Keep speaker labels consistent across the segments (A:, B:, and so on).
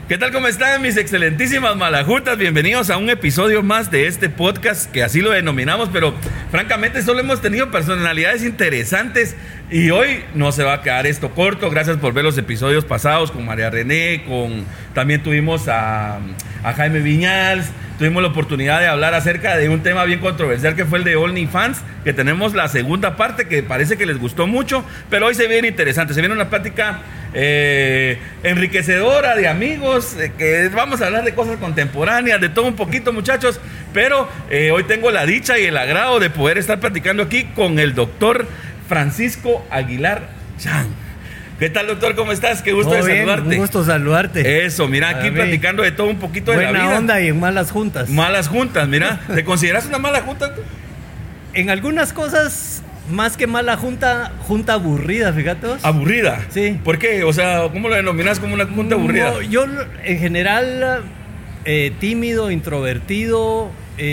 A: ¿Qué tal? ¿Cómo están mis excelentísimas malajutas? Bienvenidos a un episodio más de este podcast, que así lo denominamos, pero francamente solo hemos tenido personalidades interesantes y hoy no se va a quedar esto corto. Gracias por ver los episodios pasados con María René, también tuvimos a Jaime Viñals. Tuvimos la oportunidad de hablar acerca de un tema bien controversial que fue el de OnlyFans, que tenemos la segunda parte que parece que les gustó mucho, pero hoy se viene interesante, se viene una plática enriquecedora de amigos, que vamos a hablar de cosas contemporáneas, de todo un poquito, muchachos, pero hoy tengo la dicha y el agrado de poder estar platicando aquí con el doctor Francisco Aguilar Chan. ¿Qué tal, doctor? ¿Cómo estás? Qué gusto de saludarte.
B: Un gusto saludarte.
A: Eso, mira, aquí platicando de todo un poquito de la vida.
B: Buena onda y en malas juntas.
A: Malas juntas, mira. ¿Te consideras una mala junta tú?
B: En algunas cosas, más que mala junta, junta aburrida, fíjate vos.
A: ¿Aburrida?
B: Sí.
A: ¿Por qué? O sea, ¿cómo lo denominas como una junta aburrida?
B: No, yo, en general, tímido, introvertido.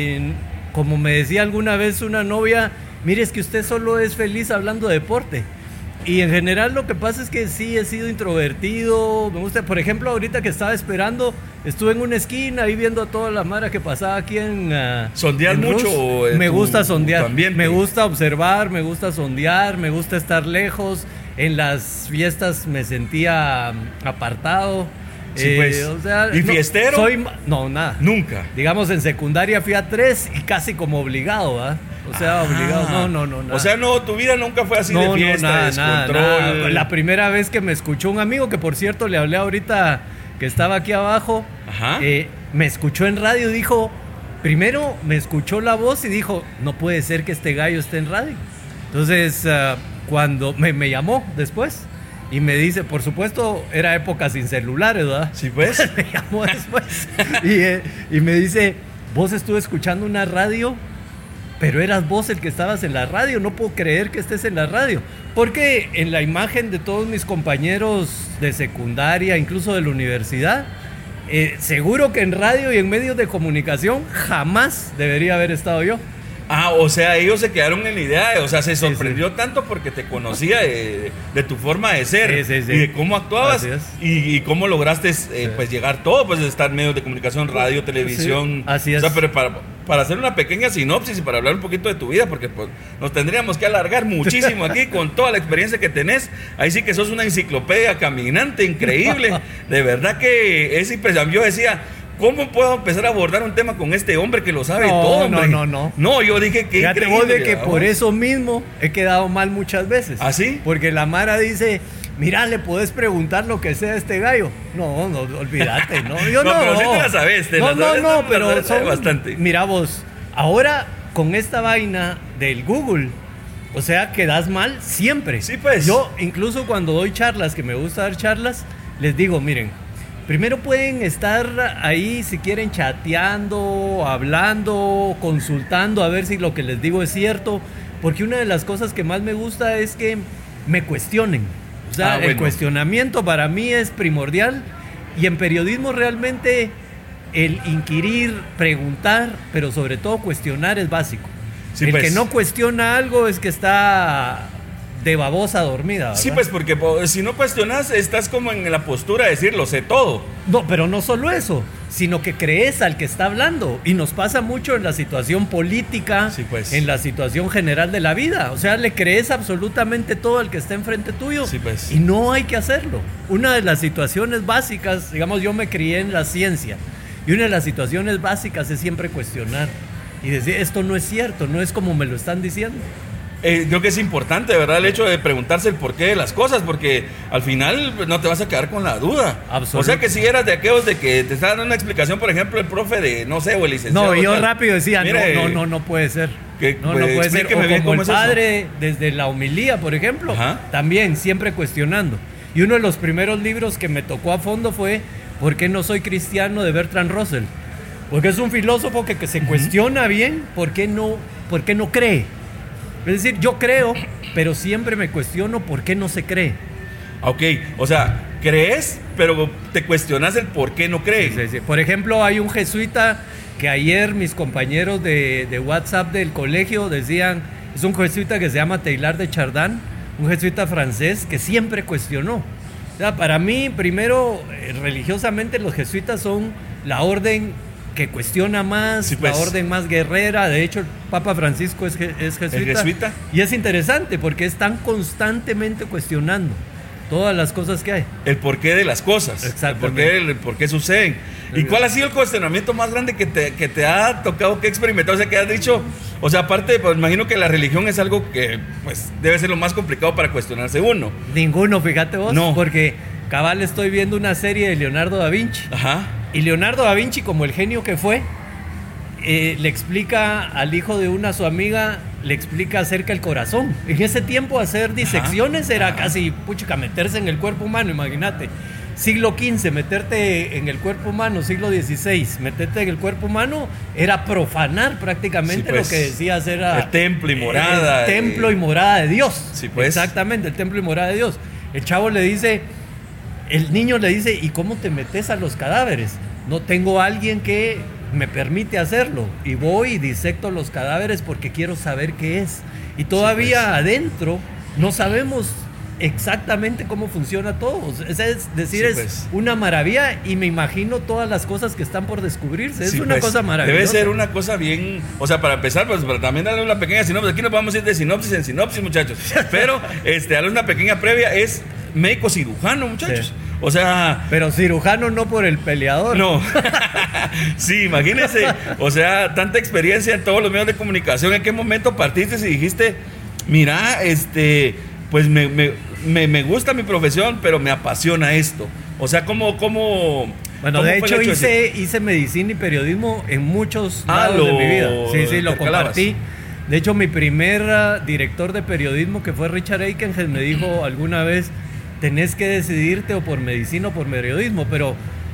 B: Como me decía alguna vez una novia, mire, es que usted solo es feliz hablando de deporte. Y en general lo que pasa es que sí he sido introvertido. Me gusta, por ejemplo, ahorita que estaba esperando, estuve en una esquina ahí viendo a toda la mara que pasaba aquí en
A: ¿Sondear mucho?
B: Me gusta sondear,
A: me
B: gusta observar, me gusta sondear, me gusta estar lejos. En las fiestas me sentía apartado.
A: Sí, pues.
B: O sea,
A: ¿Y fiestero?
B: No, nada.
A: Nunca.
B: Digamos, en secundaria fui a 3 y casi como obligado, ¿verdad? O sea, obligado. No, nada.
A: O sea, no, tu vida nunca fue así de fiesta, de descontrol.
B: Nada. La primera vez que me escuchó un amigo, que por cierto le hablé ahorita, que estaba aquí abajo, me escuchó en radio y dijo, primero me escuchó la voz y dijo, no puede ser que este gallo esté en radio. Entonces, cuando me llamó después y me dice, por supuesto, era época sin celulares, ¿verdad?
A: Sí, pues.
B: Me llamó después y me dice, vos estuve escuchando una radio, pero eras vos el que estabas en la radio, no puedo creer que estés en la radio. Porque en la imagen de todos mis compañeros de secundaria, incluso de la universidad, seguro que en radio y en medios de comunicación jamás debería haber estado yo.
A: O sea, ellos se quedaron en la idea, o sea, se sorprendió tanto porque te conocía de tu forma de ser y de cómo actuabas y cómo lograste pues llegar todo, pues estar en medios de comunicación, radio, televisión.
B: Así es.
A: O sea, pero para hacer una pequeña sinopsis y para hablar un poquito de tu vida, porque pues, nos tendríamos que alargar muchísimo aquí con toda la experiencia que tenés. Ahí sí que sos una enciclopedia caminante, increíble. De verdad que es impresionante. Yo decía, ¿cómo puedo empezar a abordar un tema con este hombre que lo sabe todo, hombre? No, yo dije que
B: fíjate vos de que por eso mismo he quedado mal muchas veces.
A: ¿Ah, sí?
B: Porque la Mara dice, mira, le podés preguntar lo que sea a este gallo. No, olvídate, no. Yo no.
A: Pero sí te la sabes,
B: pero son
A: bastante.
B: Mira vos, ahora con esta vaina del Google, o sea, quedas mal siempre.
A: Sí, pues.
B: Yo, incluso cuando doy charlas, que me gusta dar charlas, les digo, miren, primero pueden estar ahí, si quieren, chateando, hablando, consultando, a ver si lo que les digo es cierto. Porque una de las cosas que más me gusta es que me cuestionen. O sea, el cuestionamiento para mí es primordial. Y en periodismo realmente el inquirir, preguntar, pero sobre todo cuestionar es básico. Sí, el que no cuestiona algo es que está de babosa dormida, ¿verdad?
A: Sí, pues porque si no cuestionas, estás como en la postura de decir, lo sé todo.
B: No, pero no solo eso, sino que crees al que está hablando. Y nos pasa mucho en la situación política,
A: sí, pues.
B: En la situación general de la vida. O sea, le crees absolutamente todo al que está enfrente tuyo.
A: Sí, pues.
B: Y no hay que hacerlo. Una de las situaciones básicas, digamos, yo me crié en la ciencia. Y una de las situaciones básicas es siempre cuestionar. Y decir, esto no es cierto, no es como me lo están diciendo.
A: Creo que es importante, ¿verdad? El hecho de preguntarse el porqué de las cosas, porque al final no te vas a quedar con la duda. O sea que si eras de aquellos de que te está dando una explicación, por ejemplo, el profe de, no sé, o el licenciado.
B: No, yo rápido decía, mire, no puede ser. No puede ser. O como el padre, desde la homilía, por ejemplo, también siempre cuestionando. Y uno de los primeros libros que me tocó a fondo fue ¿Por qué no soy cristiano?, de Bertrand Russell. Porque es un filósofo que se cuestiona bien por qué no cree. Es decir, yo creo, pero siempre me cuestiono por qué no se cree.
A: Ok, o sea, crees, pero te cuestionas el por qué no crees.
B: Sí. Por ejemplo, hay un jesuita que ayer mis compañeros de WhatsApp del colegio decían, es un jesuita que se llama Teilhard de Chardin, un jesuita francés que siempre cuestionó. O sea, para mí, primero, religiosamente los jesuitas son la orden que cuestiona más,
A: Sí, pues.
B: la orden más guerrera. De hecho, el Papa Francisco es jesuita.
A: ¿Es jesuita?
B: Y es interesante porque están constantemente cuestionando todas las cosas que hay.
A: El porqué de las cosas.
B: Exactamente.
A: El por qué suceden. ¿Y cuál ha sido el cuestionamiento más grande que te ha tocado, que experimentar? O sea, que has dicho, o sea, aparte, pues imagino que la religión es algo que pues debe ser lo más complicado para cuestionarse uno.
B: Ninguno, fíjate vos,
A: No.
B: porque cabal estoy viendo una serie de Leonardo da Vinci.
A: Ajá.
B: Y Leonardo da Vinci, como el genio que fue, le explica al hijo de su amiga, le explica acerca del corazón. En ese tiempo hacer disecciones era casi, puchica, meterse en el cuerpo humano, imagínate. Siglo XV, meterte en el cuerpo humano, siglo XVI, meterte en el cuerpo humano, era profanar prácticamente
A: Sí, pues,
B: lo que decías era...
A: el templo y morada.
B: El templo y morada de Dios.
A: Sí, pues.
B: Exactamente, el templo y morada de Dios. El chavo le dice, el niño le dice, ¿y cómo te metes a los cadáveres? No tengo a alguien que me permite hacerlo. Y voy y disecto los cadáveres porque quiero saber qué es. Y todavía
A: Sí, pues.
B: adentro no sabemos exactamente cómo funciona todo. Es decir,
A: Sí,
B: es
A: pues.
B: una maravilla y me imagino todas las cosas que están por descubrirse. Es
A: Sí,
B: una
A: pues,
B: cosa maravillosa.
A: Debe ser una cosa bien, o sea, para empezar, pues para también darle una pequeña sinopsis. Aquí nos vamos a ir de sinopsis en sinopsis, muchachos. Pero, darle una pequeña previa, es médico cirujano, muchachos.
B: Sí.
A: O sea,
B: Pero cirujano no por el peleador.
A: no. Sí, imagínense. O sea, tanta experiencia en todos los medios de comunicación. ¿En qué momento partiste y dijiste, mira, pues me gusta mi profesión, pero me apasiona esto? O sea,
B: Bueno,
A: ¿cómo
B: de
A: fue el
B: hecho
A: de
B: hice medicina y periodismo en muchos
A: Ah,
B: lados de mi vida. Sí, lo
A: intercalabas.
B: compartí. De hecho, mi primer director de periodismo, que fue Richard Aikenhead, me dijo alguna vez, tenés que decidirte o por medicina o por periodismo, pero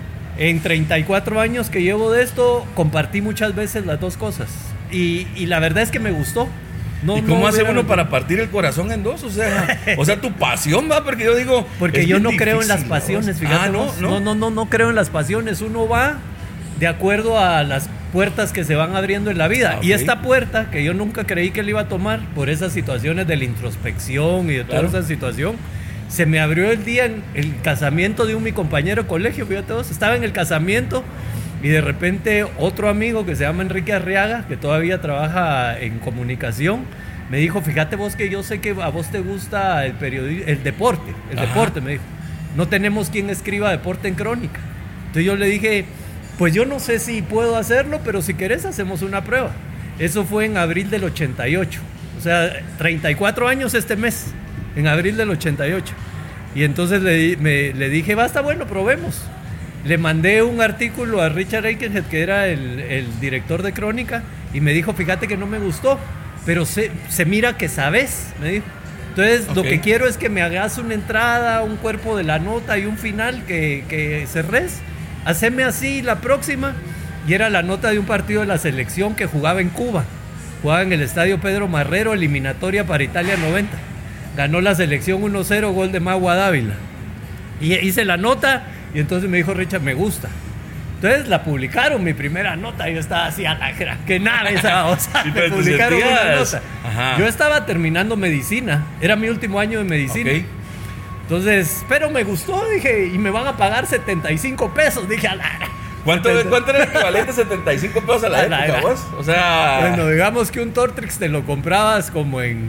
B: en 34 años que llevo de esto, compartí muchas veces las dos cosas. Y la verdad es que me gustó. No,
A: ¿Y cómo
B: no
A: hace
B: hubiera-
A: uno para partir el corazón en dos? O sea, tu pasión, va, porque yo digo...
B: Porque
A: es
B: yo
A: bien
B: no creo en las
A: difícil,
B: pasiones,
A: ¿no?
B: fíjate.
A: Ah,
B: vos.
A: no.
B: No creo en las pasiones. Uno va de acuerdo a las puertas que se van abriendo en la vida.
A: Ah,
B: Y
A: ok.
B: esta puerta, que yo nunca creí que le iba a tomar por esas situaciones de la introspección y de
A: Claro.
B: toda esa situación, se me abrió el día en el casamiento de mi compañero de colegio, fíjate vos. Estaba en el casamiento y de repente otro amigo que se llama Enrique Arriaga, que todavía trabaja en comunicación, me dijo, fíjate vos que yo sé que a vos te gusta el deporte,
A: Ajá.
B: deporte, me dijo. No tenemos quien escriba deporte en Crónica. Entonces yo le dije, pues yo no sé si puedo hacerlo, pero si querés hacemos una prueba. Eso fue en abril del 88. O sea, 34 años este mes, en abril del 88. Y entonces le dije, basta, bueno, probemos. Le mandé un artículo a Richard Aikenhead, que era el director de Crónica, y me dijo, fíjate que no me gustó, pero se mira que sabes, me dijo. Entonces, lo
A: Ok.
B: que quiero es que me hagas una entrada, un cuerpo de la nota y un final que cerres. Haceme así la próxima. Y era la nota de un partido de la selección que jugaba en Cuba. Jugaba en el estadio Pedro Marrero, eliminatoria para Italia 90. Ganó la selección 1-0, gol de Magua Dávila. Y hice la nota y entonces me dijo Richard, me gusta. Entonces la publicaron, mi primera nota. Yo estaba así a la que nada, esa, o sea,
A: Sí,
B: me
A: pero te
B: publicaron una
A: sentías-
B: nota.
A: Ajá.
B: Yo estaba terminando medicina, era mi último año de medicina.
A: Ok.
B: Entonces, pero me gustó, dije, y me van a pagar 75 pesos. Dije, a la...
A: ¿Cuánto era el equivalente a 75 pesos a la
B: A la
A: época,
B: era.
A: vos? O sea...
B: Bueno, digamos que un Tortrix te lo comprabas como en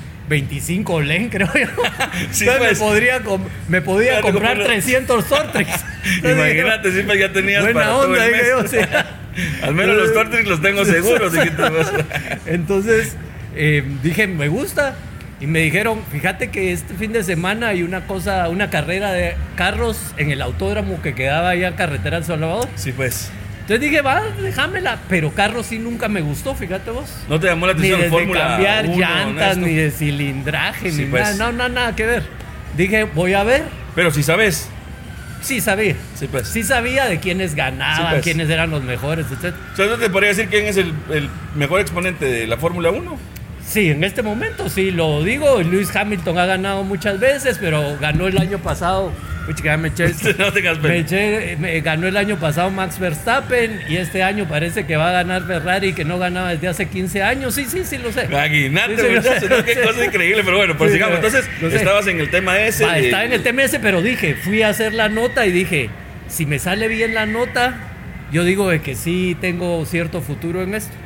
B: 25 len, creo yo.
A: Sí,
B: Entonces
A: pues.
B: me podía
A: Ya te
B: comprar
A: compré-
B: 300 Tortrix. Entonces
A: Imagínate, sí, pues ya tenías
B: buena
A: para todo
B: onda,
A: el
B: dije
A: mes.
B: yo, o sea.
A: Al menos los Tortrix los tengo seguros. dijiste vos.
B: Entonces dije, me gusta. Y me dijeron, fíjate que este fin de semana hay una carrera de carros en el autódromo que quedaba allá en Carretera El Salvador.
A: Sí, pues.
B: Entonces dije, va, déjamela. Pero carros sí nunca me gustó, fíjate vos.
A: ¿No te llamó la
B: Ni
A: atención
B: de
A: Fórmula
B: cambiar
A: 1,
B: llantas,
A: esto?
B: ni de cilindraje,
A: Sí,
B: ni
A: pues.
B: nada que ver. Dije, voy a ver.
A: Pero si sabes.
B: Sí sabía.
A: Sí, pues.
B: Sí sabía de quiénes ganaban,
A: Sí, pues.
B: quiénes eran los mejores, etc.
A: O sea, ¿no te podría decir quién es el mejor exponente de la Fórmula 1?
B: Sí, en este momento sí lo digo. Lewis Hamilton ha ganado muchas veces, pero ganó el año pasado Puchica, me eché,
A: No tengas pena.
B: ganó el año pasado Max Verstappen y este año parece que va a ganar Ferrari, que no ganaba desde hace 15 años. Sí, lo sé.
A: Imagínate,
B: Sí,
A: muchachos, ¿no? Qué cosa increíble, pero bueno, pues
B: Sí,
A: sigamos. Entonces,
B: lo sé.
A: estabas en el tema ese.
B: Estaba en el tema ese, pero fui a hacer la nota y dije, si me sale bien la nota, yo digo de que sí tengo cierto futuro en esto.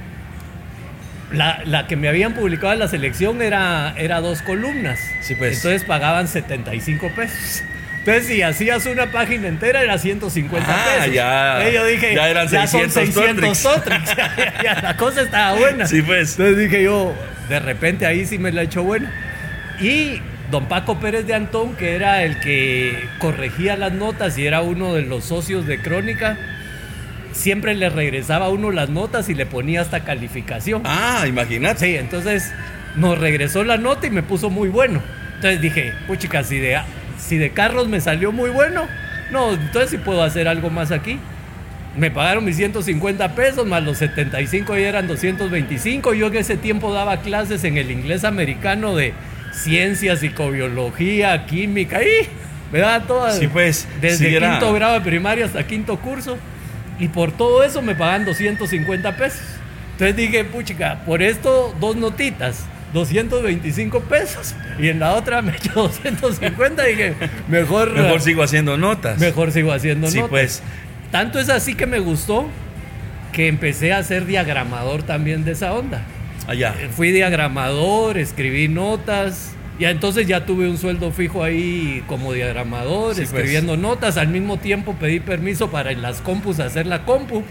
B: La que me habían publicado en la selección era 2 columnas.
A: Sí, pues.
B: Entonces pagaban 75 pesos. Entonces, si hacías una página entera, era 150 pesos.
A: Ya.
B: Entonces, yo dije,
A: Ya eran 600
B: son 600 Totrix. Ya, la cosa estaba buena.
A: Sí, pues.
B: Entonces dije yo, de repente ahí sí me la he hecho buena. Y don Paco Pérez de Antón, que era el que corregía las notas y era uno de los socios de Crónica, siempre le regresaba a uno las notas y le ponía hasta calificación.
A: Imagínate.
B: Sí, entonces nos regresó la nota y me puso muy bueno. Entonces dije, puchica, si de carros me salió muy bueno, no, entonces sí puedo hacer algo más aquí. Me pagaron mis 150 pesos, más los 75 y eran 225. Yo en ese tiempo daba clases en el inglés americano de ciencia, psicobiología, química, y me daban todas.
A: Sí, pues.
B: Desde
A: sí,
B: quinto grado de primaria hasta quinto curso. Y por todo eso me pagan 250 pesos. Entonces dije, puchica, por esto 2 notitas, 225 pesos. Y en la otra me echo 250 y dije, mejor
A: sigo haciendo notas.
B: Mejor sigo haciendo
A: Sí,
B: notas.
A: pues.
B: Tanto es así que me gustó que empecé a ser diagramador también de esa onda.
A: Allá.
B: Fui diagramador, escribí notas. Ya entonces ya tuve un sueldo fijo ahí como diagramador,
A: Sí,
B: escribiendo notas. Al mismo tiempo pedí permiso para en las compus hacer la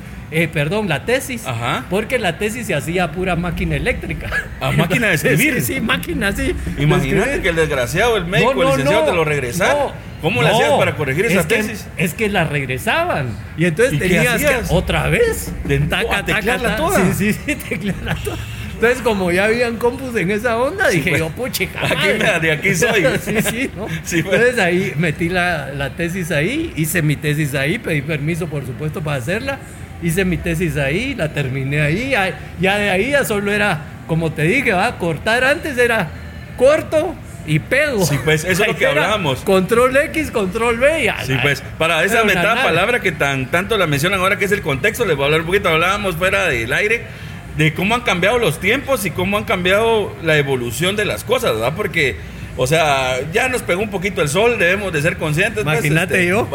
B: tesis.
A: Ajá.
B: Porque la tesis se hacía a pura máquina eléctrica.
A: ¿A máquina de escribir?
B: Sí, máquina, sí.
A: Imagínate que el desgraciado, el médico, el licenciado te lo regresara. ¿Cómo le hacías para corregir esa tesis?
B: Es que la regresaban. Y entonces
A: ¿Y qué
B: tenías que
A: hacías?
B: otra vez
A: A teclearla toda.
B: Sí, teclearla toda. Entonces, como ya habían compus en esa onda, dije
A: pues.
B: yo, puchica.
A: De aquí soy.
B: Sí, ¿no?
A: Sí, pues.
B: Entonces ahí metí la tesis ahí, hice mi tesis ahí, pedí permiso, por supuesto, para hacerla. Hice mi tesis ahí, la terminé ahí. Ya de ahí ya solo era, como te dije, cortar antes era corto y pego.
A: Sí, pues, eso es lo que hablábamos.
B: Control X, control B.
A: Sí, pues, para esa metada palabra que tanto la mencionan ahora, que es el contexto, les voy a hablar un poquito. Hablábamos fuera del aire de cómo han cambiado los tiempos y cómo han cambiado la evolución de las cosas, ¿verdad? Porque, o sea, ya nos pegó un poquito el sol, debemos de ser conscientes.
B: Imagínate yo.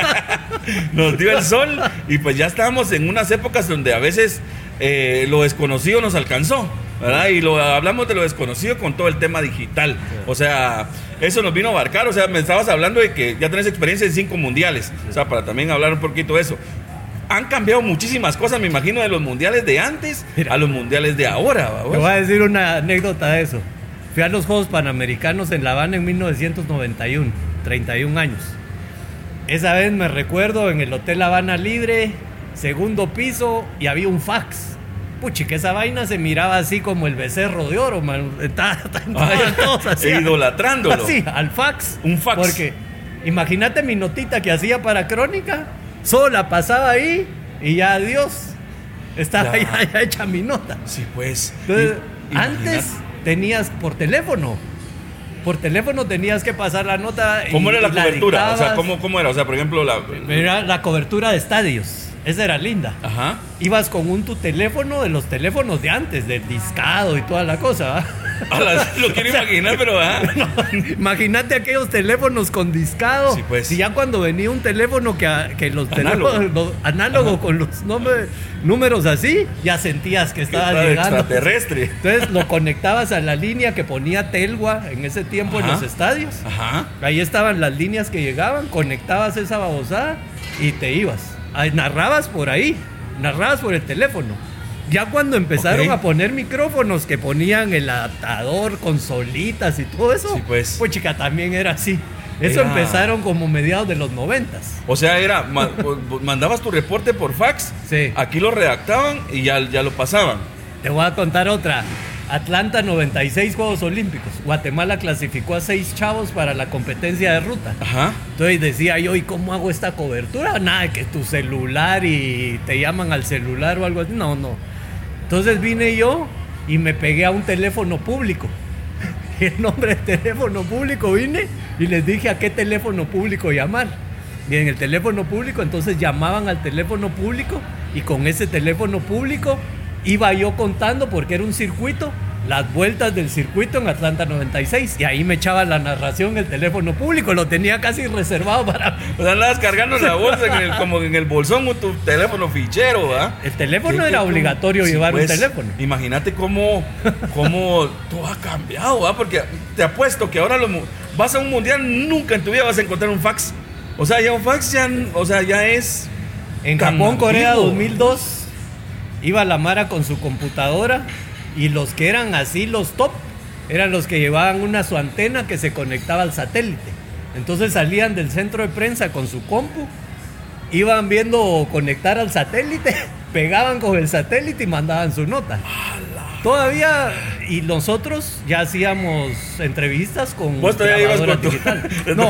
A: Nos dio el sol y pues ya estábamos en unas épocas donde a veces lo desconocido nos alcanzó, ¿verdad? Y hablamos de lo desconocido con todo el tema digital. O sea, eso nos vino a abarcar. O sea, me estabas hablando de que ya tenés experiencia en 5 mundiales. O sea, para también hablar un poquito de eso. Han cambiado muchísimas cosas, me imagino, de los mundiales de antes a los mundiales de ahora. ¿Va?
B: Te voy a decir una anécdota de eso. Fui a los Juegos Panamericanos en La Habana en 1991, 31 años. Esa vez me recuerdo en el Hotel Habana Libre, segundo piso, y había un fax. Puchi, que esa vaina se miraba así como el becerro de oro, man. Estaban todos así.
A: Idolatrándolo.
B: Así, al fax.
A: Un fax.
B: Porque imagínate mi notita que hacía para Crónica, solo la pasaba ahí y ya adiós. Estaba ya hecha mi nota.
A: Sí, pues.
B: Entonces, antes tenías por teléfono. Por teléfono tenías que pasar la nota.
A: ¿Cómo era la cobertura? O sea,
B: dictabas.
A: ¿cómo era? O sea, por ejemplo,
B: Era la cobertura de estadios. Esa era linda.
A: Ajá.
B: Ibas con tu teléfono de los teléfonos de antes, del discado y toda la cosa, ¿va?
A: Lo quiero imaginar, pero
B: no, imagínate aquellos teléfonos con discado.
A: Sí, pues.
B: Y ya cuando venía un teléfono que los teléfonos análogo con los números así, ya sentías que estaba llegando.
A: Extraterrestre.
B: Entonces lo conectabas a la línea que ponía Telgua en ese tiempo en los estadios.
A: Ajá.
B: Ahí estaban las líneas que llegaban, conectabas esa babosada y te ibas. Narrabas por ahí, narrabas por el teléfono. Ya cuando empezaron a poner micrófonos que ponían el adaptador, consolitas y todo eso,
A: sí, pues
B: chica, también era así. Eso empezaron como mediados de los 90s.
A: O sea, mandabas tu reporte por fax,
B: sí.
A: Aquí lo redactaban y ya lo pasaban.
B: Te voy a contar otra. Atlanta 96 Juegos Olímpicos. Guatemala clasificó a 6 chavos para la competencia de ruta.
A: Ajá.
B: Entonces decía yo, ¿y cómo hago esta cobertura? Nada, que tu celular y te llaman al celular o algo así. No. Entonces vine yo y me pegué a un teléfono público. Y el nombre de teléfono público vine y les dije a qué teléfono público llamar. Y en el teléfono público, entonces llamaban al teléfono público y con ese teléfono público iba yo contando, porque era un circuito, las vueltas del circuito en Atlanta 96. Y ahí me echaba la narración el teléfono público, lo tenía casi reservado para...
A: O sea, andabas cargando la bolsa como en el bolsón con tu teléfono fichero, ¿verdad?
B: El teléfono era obligatorio llevar
A: pues,
B: un teléfono.
A: Imagínate cómo todo ha cambiado, ¿verdad? Porque te apuesto que ahora vas a un mundial, nunca en tu vida vas a encontrar un fax. O sea, ya un fax ya es...
B: En Japón, Corea 2002, iba la Mara con su computadora y los que eran así, los top, eran los que llevaban su antena que se conectaba al satélite. Entonces salían del centro de prensa con su compu, iban viendo conectar al satélite, pegaban con el satélite y mandaban su nota. Todavía, y nosotros ya hacíamos entrevistas con
A: ¿Vos todavía ibas con
B: digital.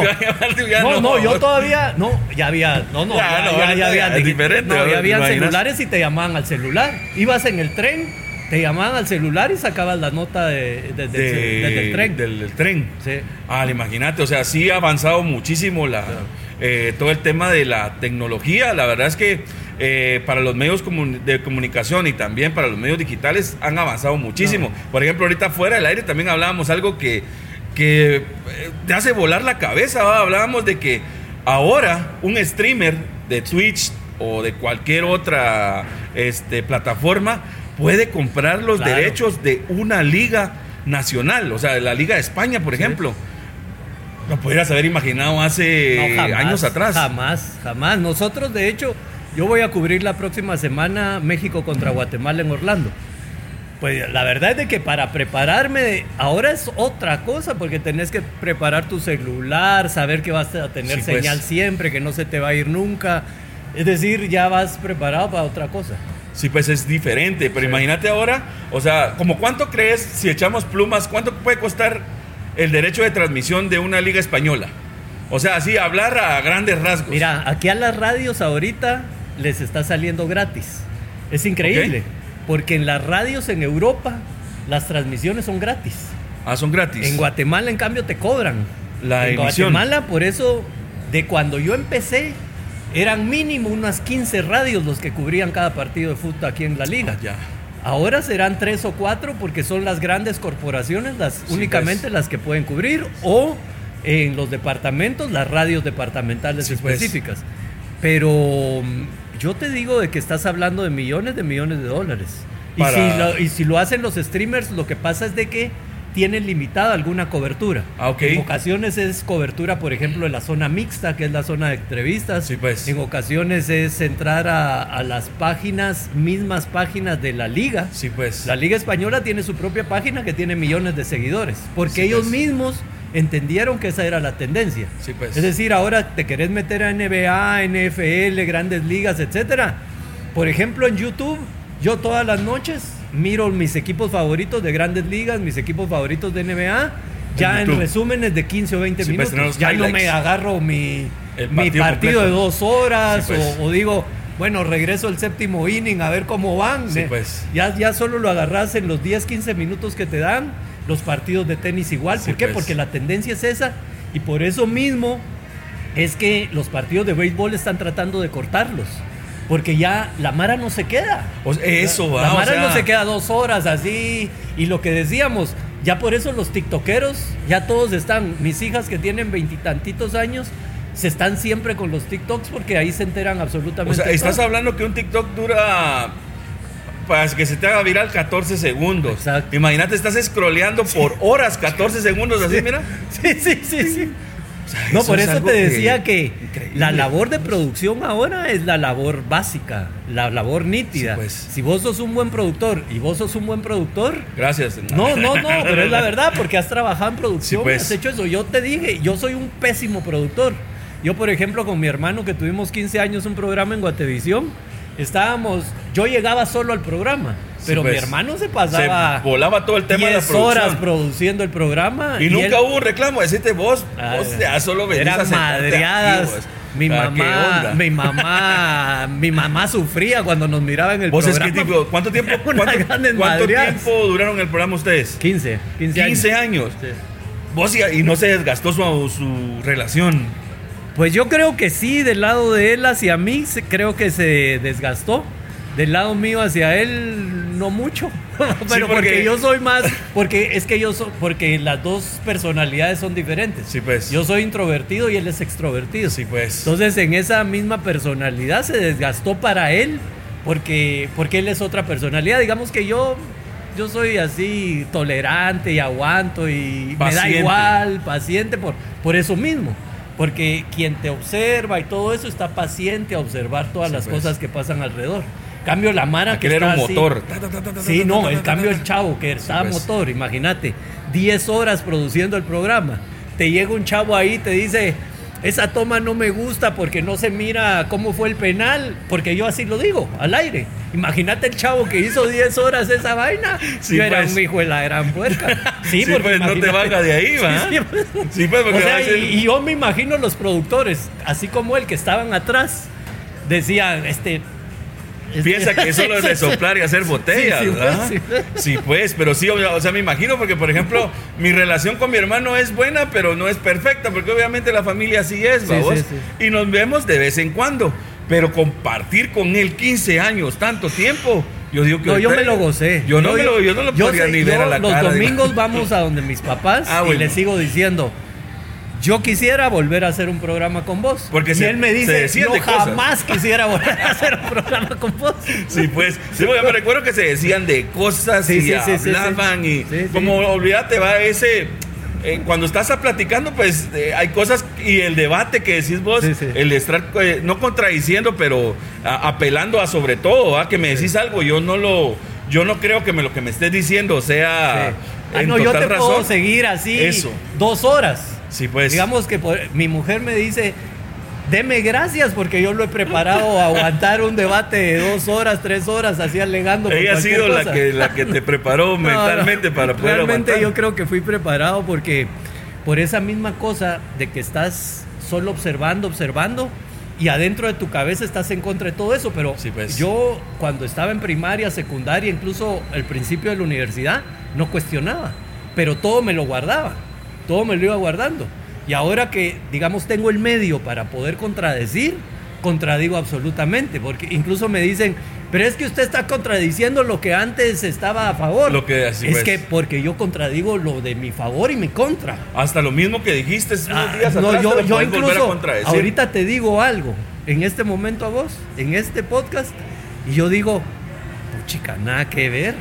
A: No,
B: yo todavía, ya había
A: diferente.
B: No, ya habían celulares y te llamaban al celular. Ibas en el tren, te llamaban al celular y sacabas la nota desde el tren.
A: Del tren.
B: Sí.
A: Imagínate, o sea, sí ha avanzado muchísimo todo el tema de la tecnología. La verdad es que para los medios de comunicación y también para los medios digitales han avanzado muchísimo. Por ejemplo, ahorita fuera del aire también hablábamos algo que te hace volar la cabeza, ¿va? Hablábamos de que ahora un streamer de Twitch o de cualquier otra plataforma puede comprar los derechos de una liga nacional, o sea, de la Liga de España, por ejemplo. No pudieras haber imaginado hace años atrás.
B: Jamás. Nosotros, de hecho, yo voy a cubrir la próxima semana México contra Guatemala en Orlando. Pues la verdad es de que para prepararme, ahora es otra cosa, porque tenés que preparar tu celular, saber que vas a tener señal siempre, que no se te va a ir nunca. Es decir, ya vas preparado para otra cosa.
A: Sí, pues es diferente, pero imagínate ahora, o sea, ¿como cuánto crees, si echamos plumas, cuánto puede costar el derecho de transmisión de una liga española? O sea, así, hablar a grandes rasgos.
B: Mira, aquí a las radios ahorita les está saliendo gratis. Es increíble, porque en las radios en Europa las transmisiones son gratis.
A: Son gratis.
B: En Guatemala, en cambio, te cobran.
A: La emisión.
B: Guatemala, por eso, de cuando yo empecé, eran mínimo unas 15 radios los que cubrían cada partido de fútbol aquí en la liga.
A: Ya.
B: Ahora serán 3 o 4 porque son las grandes corporaciones únicamente las que pueden cubrir, o en los departamentos, las radios departamentales específicas. Pero yo te digo de que estás hablando de millones de dólares. Y si lo hacen los streamers, lo que pasa es de que tienen limitada alguna cobertura. En ocasiones es cobertura, por ejemplo, de la zona mixta, que es la zona de entrevistas. En ocasiones es entrar a las mismas páginas de la liga. La Liga Española tiene su propia página que tiene millones de seguidores, porque ellos mismos entendieron que esa era la tendencia. Es decir, ahora te querés meter a NBA, NFL, grandes ligas, etcétera. Por ejemplo, en YouTube, yo todas las noches miro mis equipos favoritos de grandes ligas, mis equipos favoritos de NBA, ya en resúmenes de 15 o 20 minutos. Ya no me agarro mi partido de 2 horas o digo, bueno, regreso al séptimo inning a ver cómo van. Ya solo lo agarras en los 10, 15 minutos que te dan. Los partidos de tenis igual. ¿Por qué? Porque la tendencia es esa, y por eso mismo es que los partidos de béisbol están tratando de cortarlos. Porque ya la Mara no se queda. La Mara no se queda 2 horas así. Y lo que decíamos, ya por eso los tiktokeros, ya todos están, mis hijas que tienen 20 y tantitos años, se están siempre con los tiktoks porque ahí se enteran absolutamente.
A: O sea, estás hablando que un tiktok dura, para que se te haga viral, 14 segundos.
B: Exacto.
A: Imagínate, estás scrolleando por horas, 14 segundos así, mira.
B: Sí. O sea, no, por eso te decía que la labor de producción ahora es la labor básica, la labor nítida. Si vos sos un buen productor y vos sos un buen productor...
A: Gracias.
B: No, pero es la verdad, porque has trabajado en producción, has hecho eso. Yo te dije, yo soy un pésimo productor. Yo, por ejemplo, con mi hermano, que tuvimos 15 años un programa en Guatevisión, yo llegaba solo al programa, pero mi hermano se pasaba,
A: se volaba todo el tema de la producción,
B: 10 horas produciendo el programa.
A: Y nunca hubo un reclamo, decirte vos ya solo venís a
B: madreadas. Mi
A: ¿Qué onda?
B: mi mamá sufría cuando nos miraba en el
A: ¿Vos
B: programa.
A: es que tipo, ¿cuánto tiempo duraron el programa ustedes?
B: 15 años.
A: 15 años.
B: Sí.
A: Vos y no se desgastó su relación.
B: Pues yo creo que sí, del lado de él hacia mí, creo que se desgastó. Del lado mío hacia él, no mucho. Pero porque yo soy más. Porque las dos personalidades son diferentes.
A: Sí, pues.
B: Yo soy introvertido y él es extrovertido.
A: Sí, pues.
B: Entonces, en esa misma personalidad se desgastó para él. Porque él es otra personalidad. Digamos que yo soy así tolerante y aguanto y
A: Paciente.
B: me da igual, paciente por eso mismo. Porque quien te observa y todo eso está paciente a observar todas las cosas que pasan alrededor. Cambio la Mara que
A: era
B: está
A: un motor.
B: Sí, no, el cambio el chavo que estaba motor, imagínate, 10 horas produciendo el programa. Te llega un chavo ahí y te dice, esa toma no me gusta porque no se mira cómo fue el penal, porque yo así lo digo, al aire. Imagínate el chavo que hizo 10 horas esa vaina.
A: Sí,
B: yo era
A: pues.
B: un hijo de la gran puerca. Sí, porque
A: pues, no te baja de ahí, ¿va? Sí, pues, porque
B: o sea,
A: va a ser...
B: y yo me imagino los productores, así como él, que estaban atrás, decían,
A: Piensa que solo es de soplar y hacer botellas,
B: sí,
A: ¿verdad?
B: pues.
A: Sí, pues, pero sí, o sea, me imagino porque, por ejemplo, mi relación con mi hermano es buena, pero no es perfecta, porque obviamente la familia así es, ¿vamos?
B: Sí.
A: Y nos vemos de vez en cuando, pero compartir con él 15 años, tanto tiempo, yo digo que...
B: No, yo me lo gocé.
A: Yo no lo podría ni ver a la cara.
B: Los domingos vamos a donde mis papás y
A: bueno.
B: les sigo diciendo... Yo quisiera volver a hacer un programa con vos.
A: Porque
B: él me dice, yo jamás
A: cosas.
B: quisiera volver a hacer un programa con vos.
A: Sí, pues. Sí, me recuerdo que se decían de cosas y hablaban y como olvídate, va ese... cuando estás platicando, pues hay cosas y el debate que decís vos, el de estar no contradiciendo, pero apelando a sobre todo, ¿va? Que me decís algo, yo no creo que lo que me estés diciendo sea en
B: no, yo
A: total
B: te
A: razón.
B: puedo seguir así 2 horas.
A: Sí, pues.
B: Digamos que mi mujer me dice, deme gracias porque yo lo he preparado a aguantar un debate de 2 horas, 3 horas, así alegando.
A: Ella ha sido la que te preparó mentalmente para poder
B: realmente
A: aguantar.
B: Yo creo que fui preparado porque por esa misma cosa de que estás solo observando y adentro de tu cabeza estás en contra de todo eso, pero
A: pues.
B: Yo cuando estaba en primaria, secundaria, incluso al principio de la universidad, no cuestionaba, pero todo me lo guardaba. Todo me lo iba guardando. Y ahora que, digamos, tengo el medio para poder contradigo absolutamente. Porque incluso me dicen, pero es que usted está contradiciendo lo que antes estaba a favor. Que porque yo contradigo lo de mi favor y mi contra.
A: Hasta lo mismo que dijiste unos días
B: no,
A: atrás.
B: yo incluso, ahorita te digo algo, en este momento a vos, en este podcast, y yo digo, chica, nada que ver,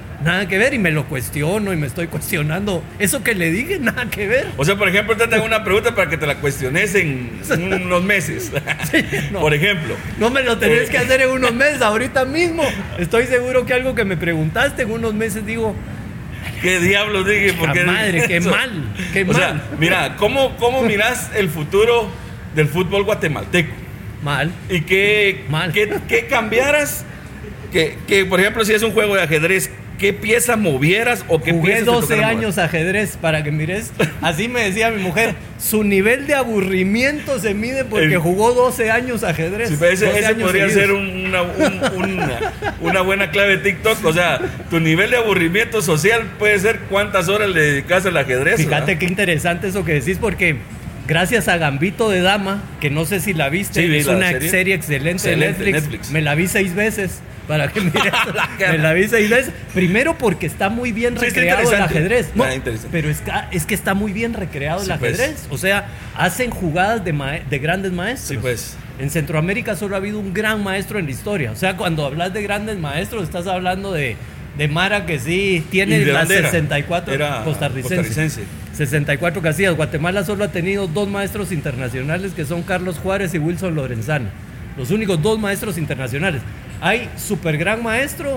B: y me lo cuestiono y me estoy cuestionando eso que le dije, nada que ver.
A: O sea, por ejemplo, te hago una pregunta para que te la cuestiones en unos meses.
B: No,
A: por ejemplo.
B: No me lo tenés que hacer en unos meses, ahorita mismo. Estoy seguro que algo que me preguntaste en unos meses digo,
A: ¿qué diablos dije?
B: Porque madre, qué mal.
A: O sea, mira, ¿cómo mirás el futuro del fútbol guatemalteco?
B: Mal.
A: ¿Y qué cambiaras? Que, por ejemplo, si es un juego de ajedrez, ¿qué pieza movieras o qué
B: Jugué
A: piezas
B: 12 años ajedrez, para que mires. Así me decía mi mujer, su nivel de aburrimiento se mide porque jugó 12 años ajedrez.
A: Sí, ese podría ser una buena clave de TikTok. O sea, tu nivel de aburrimiento social puede ser cuántas horas le dedicas al ajedrez.
B: Fíjate,
A: ¿verdad?
B: Qué interesante eso que decís, porque gracias a Gambito de Dama, que no sé si la viste, es una serie excelente de Netflix. Me la vi 6 veces. Para que mires, me la vi 6 veces. Primero porque está muy bien recreado el ajedrez. No, pero es que está muy bien recreado el ajedrez. O sea, hacen jugadas de grandes maestros.
A: Sí, pues.
B: En Centroamérica solo ha habido un gran maestro en la historia. O sea, cuando hablas de grandes maestros, estás hablando de Mara, que sí tiene las 64 costarricense. 64 casillas. Guatemala solo ha tenido 2 maestros internacionales, que son Carlos Juárez y Wilson Lorenzana. Los únicos 2 maestros internacionales. Hay super gran maestro,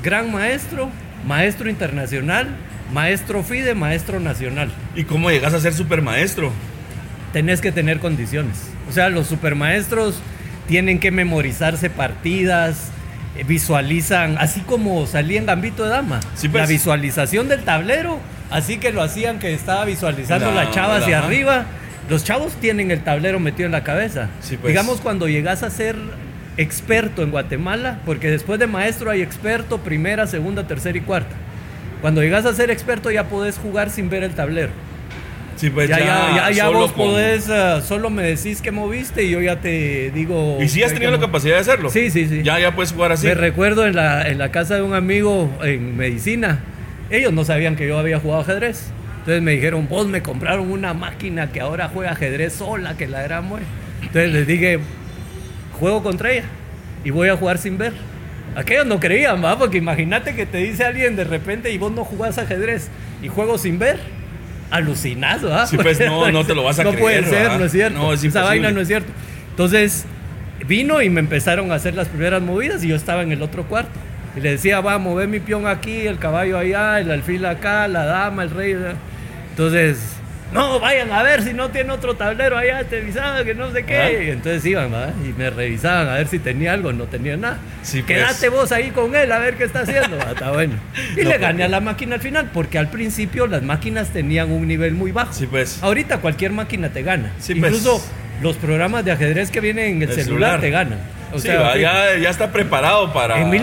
B: maestro internacional, maestro FIDE, maestro nacional.
A: ¿Y cómo llegas a ser supermaestro?
B: Tenés que tener condiciones. O sea, los supermaestros tienen que memorizarse partidas, visualizan, así como salía en Gambito de Dama.
A: Sí, pues.
B: La visualización del tablero, así que lo hacían, que estaba visualizando la chava hacia arriba. los chavos tienen el tablero metido en la cabeza.
A: Sí, pues.
B: Digamos, cuando llegas a ser experto en Guatemala, porque después de maestro hay experto, primera, segunda, tercera y cuarta. Cuando llegas a ser experto ya podés jugar sin ver el tablero.
A: Sí, pues
B: ya
A: solo
B: vos podés, solo me decís que moviste y yo ya te digo...
A: ¿Y si has tenido la capacidad de hacerlo?
B: Sí.
A: Ya puedes jugar así.
B: Me recuerdo en la casa de un amigo en medicina, ellos no sabían que yo había jugado ajedrez. Entonces me dijeron, vos me compraron una máquina que ahora juega ajedrez sola, que la gran muere. Entonces les dije, juego contra ella y voy a jugar sin ver. Aquellos no creían, ¿va? Porque imagínate que te dice alguien de repente y vos no jugás ajedrez y juego sin ver. Alucinado, ¿ah?
A: Sí, pues no te lo vas a creer.
B: No puede ser,
A: ¿verdad?
B: no es cierto.
A: No, es
B: esa
A: imposible.
B: vaina no es cierto. Entonces vino y me empezaron a hacer las primeras movidas y yo estaba en el otro cuarto. Y le decía, va, mover mi peón aquí, el caballo allá, el alfil acá, la dama, el rey. Entonces, no, vayan a ver si no tiene otro tablero allá, te avisaba que no sé qué. Y entonces iban, ¿verdad? Y me revisaban a ver si tenía algo, no tenía nada.
A: Sí, pues.
B: Quédate vos ahí con él a ver qué está haciendo. Está bueno. Y le gané a la máquina al final, porque al principio las máquinas tenían un nivel muy bajo.
A: Sí, pues.
B: Ahorita cualquier máquina te gana.
A: Sí, pues.
B: Incluso los programas de ajedrez que vienen en el celular te ganan. O
A: sí,
B: sea,
A: ya está preparado para...
B: en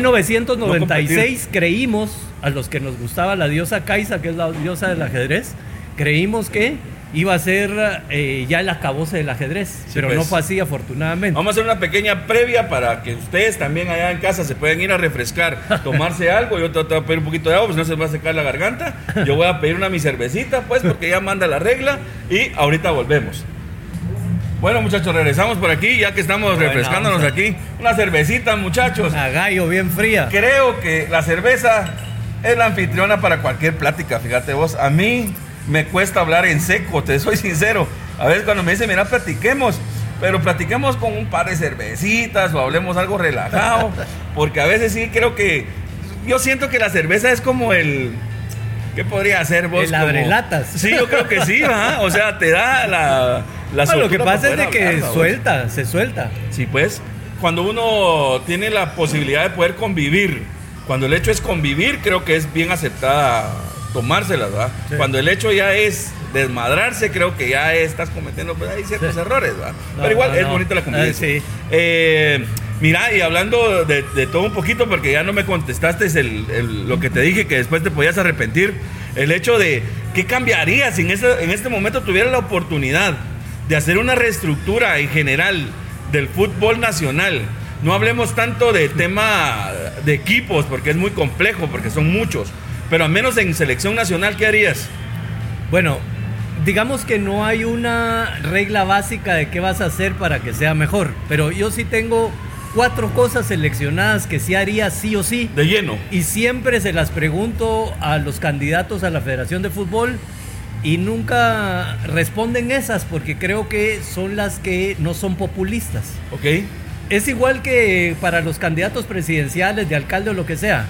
B: 1996
A: no
B: creímos, a los que nos gustaba la diosa Kaisa, que es la diosa del ajedrez, creímos que iba a ser ya el acabose del ajedrez,
A: sí,
B: pero
A: pues.
B: no fue así, afortunadamente.
A: Vamos a hacer una pequeña previa para que ustedes también allá en casa se puedan ir a refrescar, tomarse algo. Yo te voy a pedir un poquito de agua, pues no se me va a secar la garganta. Yo voy a pedir una mi cervecita, pues, porque ya manda la regla. Y ahorita volvemos. Bueno, muchachos, regresamos por aquí, ya que estamos refrescándonos aquí. Una cervecita, muchachos.
B: Una gallo bien fría.
A: Creo que la cerveza es la anfitriona para cualquier plática, fíjate vos. A mí me cuesta hablar en seco, te soy sincero. A veces cuando me dicen, mira, platiquemos, pero platiquemos con un par de cervecitas o hablemos algo relajado, porque a veces sí creo que... Yo siento que la cerveza es como el... ¿Qué podría hacer vos?
B: El abrelatas.
A: Sí, yo creo que sí, ¿verdad? O sea, te da la
B: bueno, lo que
A: soltura
B: pasa
A: para
B: es de
A: poder
B: que
A: hablar, ¿no?
B: se suelta.
A: Sí, pues, cuando uno tiene la posibilidad de poder convivir, cuando el hecho es convivir, creo que es bien aceptada tomárselas, ¿verdad?
B: Sí.
A: Cuando el hecho ya es desmadrarse, creo que ya estás cometiendo pues, hay ciertos errores, ¿verdad?
B: No,
A: pero igual
B: no,
A: es
B: no.
A: bonita la convivencia.
B: Sí.
A: Mira, y hablando de todo un poquito, porque ya no me contestaste lo que te dije, que después te podías arrepentir, el hecho de, ¿qué cambiaría si en este momento tuvieras la oportunidad de hacer una reestructura en general del fútbol nacional? No hablemos tanto de tema de equipos, porque es muy complejo, porque son muchos, pero al menos en selección nacional, ¿qué harías?
B: Bueno, digamos que no hay una regla básica de qué vas a hacer para que sea mejor, pero yo sí tengo 4 cosas seleccionadas que sí haría sí o sí.
A: De lleno.
B: Y siempre se las pregunto a los candidatos a la Federación de Fútbol y nunca responden esas porque creo que son las que no son populistas.
A: Ok.
B: Es igual que para los candidatos presidenciales, de alcalde o lo que sea.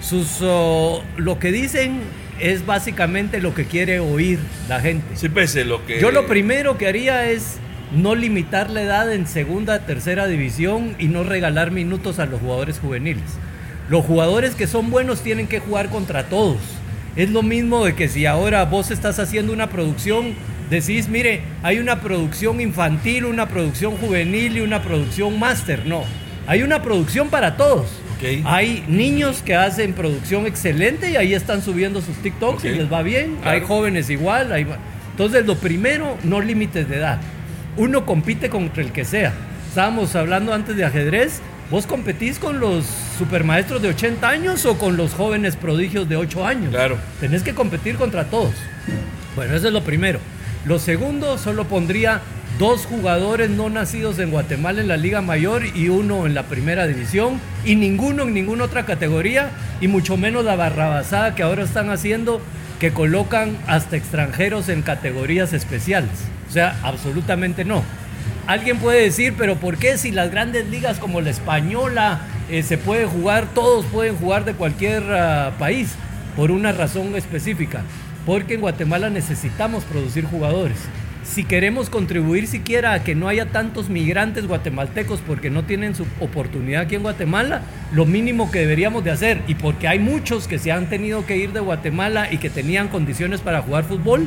B: Lo que dicen es básicamente lo que quiere oír la gente.
A: Sí, pese lo que...
B: Yo lo primero que haría es no limitar la edad en segunda, tercera división y no regalar minutos a los jugadores juveniles. Los jugadores que son buenos tienen que jugar contra todos. Es lo mismo de que si ahora vos estás haciendo una producción, decís, mire, hay una producción infantil, una producción juvenil y una producción máster. No, hay una producción para todos.
A: Okay.
B: Hay niños que hacen producción excelente y ahí están subiendo sus TikToks, okay, y les va bien. Claro. Hay jóvenes igual. Entonces, lo primero, no límites de edad. Uno compite contra el que sea. Estábamos hablando antes de ajedrez. ¿Vos competís con los supermaestros de 80 años o con los jóvenes prodigios de 8 años?
A: Claro.
B: Tenés que competir contra todos. Bueno, eso es lo primero. Lo segundo, solo pondría 2 jugadores no nacidos en Guatemala en la Liga Mayor y 1 en la Primera División y ninguno en ninguna otra categoría y mucho menos la barrabasada que ahora están haciendo, que colocan hasta extranjeros en categorías especiales. O sea, absolutamente no. Alguien puede decir, pero ¿por qué si las grandes ligas como la española se puede jugar, todos pueden jugar de cualquier país? Por una razón específica, porque en Guatemala necesitamos producir jugadores. Si queremos contribuir siquiera a que no haya tantos migrantes guatemaltecos porque no tienen su oportunidad aquí en Guatemala, lo mínimo que deberíamos de hacer, y porque hay muchos que se han tenido que ir de Guatemala y que tenían condiciones para jugar fútbol,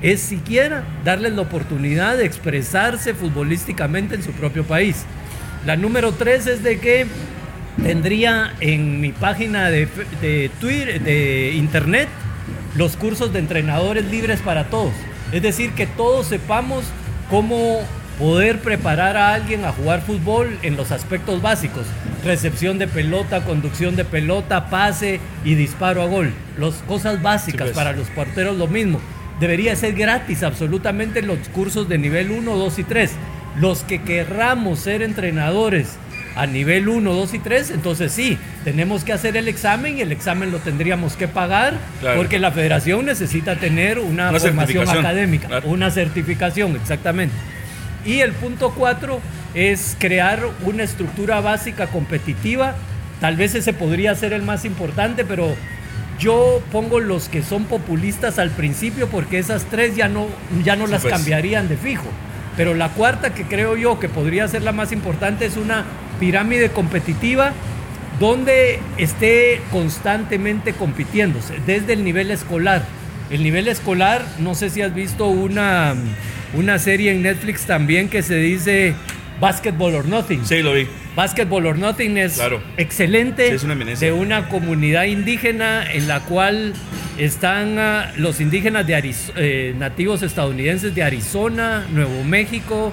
B: es siquiera darles la oportunidad de expresarse futbolísticamente en su propio país. La número 3 es de que tendría en mi página de Twitter, de internet, los cursos de entrenadores libres para todos. Es decir, que todos sepamos cómo poder preparar a alguien a jugar fútbol en los aspectos básicos: recepción de pelota, conducción de pelota, pase y disparo a gol. Las cosas básicas, sí, pues. Para los porteros lo mismo. Debería ser gratis absolutamente los cursos de nivel 1, 2 y 3. Los que querramos ser entrenadores a nivel 1, 2 y 3, entonces sí, tenemos que hacer el examen, y el examen lo tendríamos que pagar, claro, porque la federación necesita tener una formación académica, claro, una certificación, exactamente. Y el punto 4 es crear una estructura básica competitiva. Tal vez ese podría ser el más importante, pero yo pongo los que son populistas al principio, porque esas 3 ya no las pues cambiarían de fijo. Pero la cuarta, que creo yo que podría ser la más importante, es una pirámide competitiva donde esté constantemente compitiéndose, desde el nivel escolar. El nivel escolar, no sé si has visto una serie en Netflix también que se dice Basketball or Nothing.
A: Sí, lo vi.
B: Basketball or Nothing es, claro, excelente, sí, es una eminencia, de una comunidad indígena en la cual están los indígenas de nativos estadounidenses de Arizona, Nuevo México,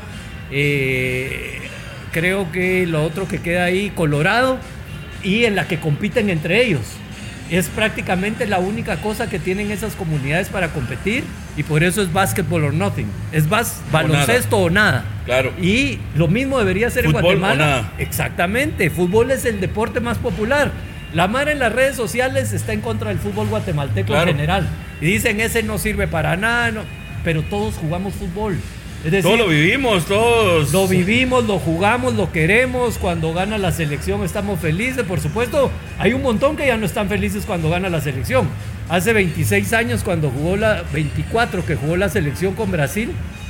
B: creo que lo otro que queda ahí, Colorado, y en la que compiten entre ellos. Es prácticamente la única cosa que tienen esas comunidades para competir, y por eso es Basketball or Nothing. Es baloncesto o nada.
A: Claro.
B: Y lo mismo debería ser en Guatemala. O nada. Exactamente. Fútbol es el deporte más popular. La mara en las redes sociales está en contra del fútbol guatemalteco, claro, en general. Y dicen, ese no sirve para nada. No. Pero todos jugamos fútbol. Es decir,
A: todos lo vivimos, todos.
B: Lo vivimos, lo jugamos, lo queremos. Cuando gana la selección estamos felices, por supuesto. Hay un montón que ya no están felices cuando gana la selección. Hace 26 años, cuando jugó 24 que jugó la selección con Brasil,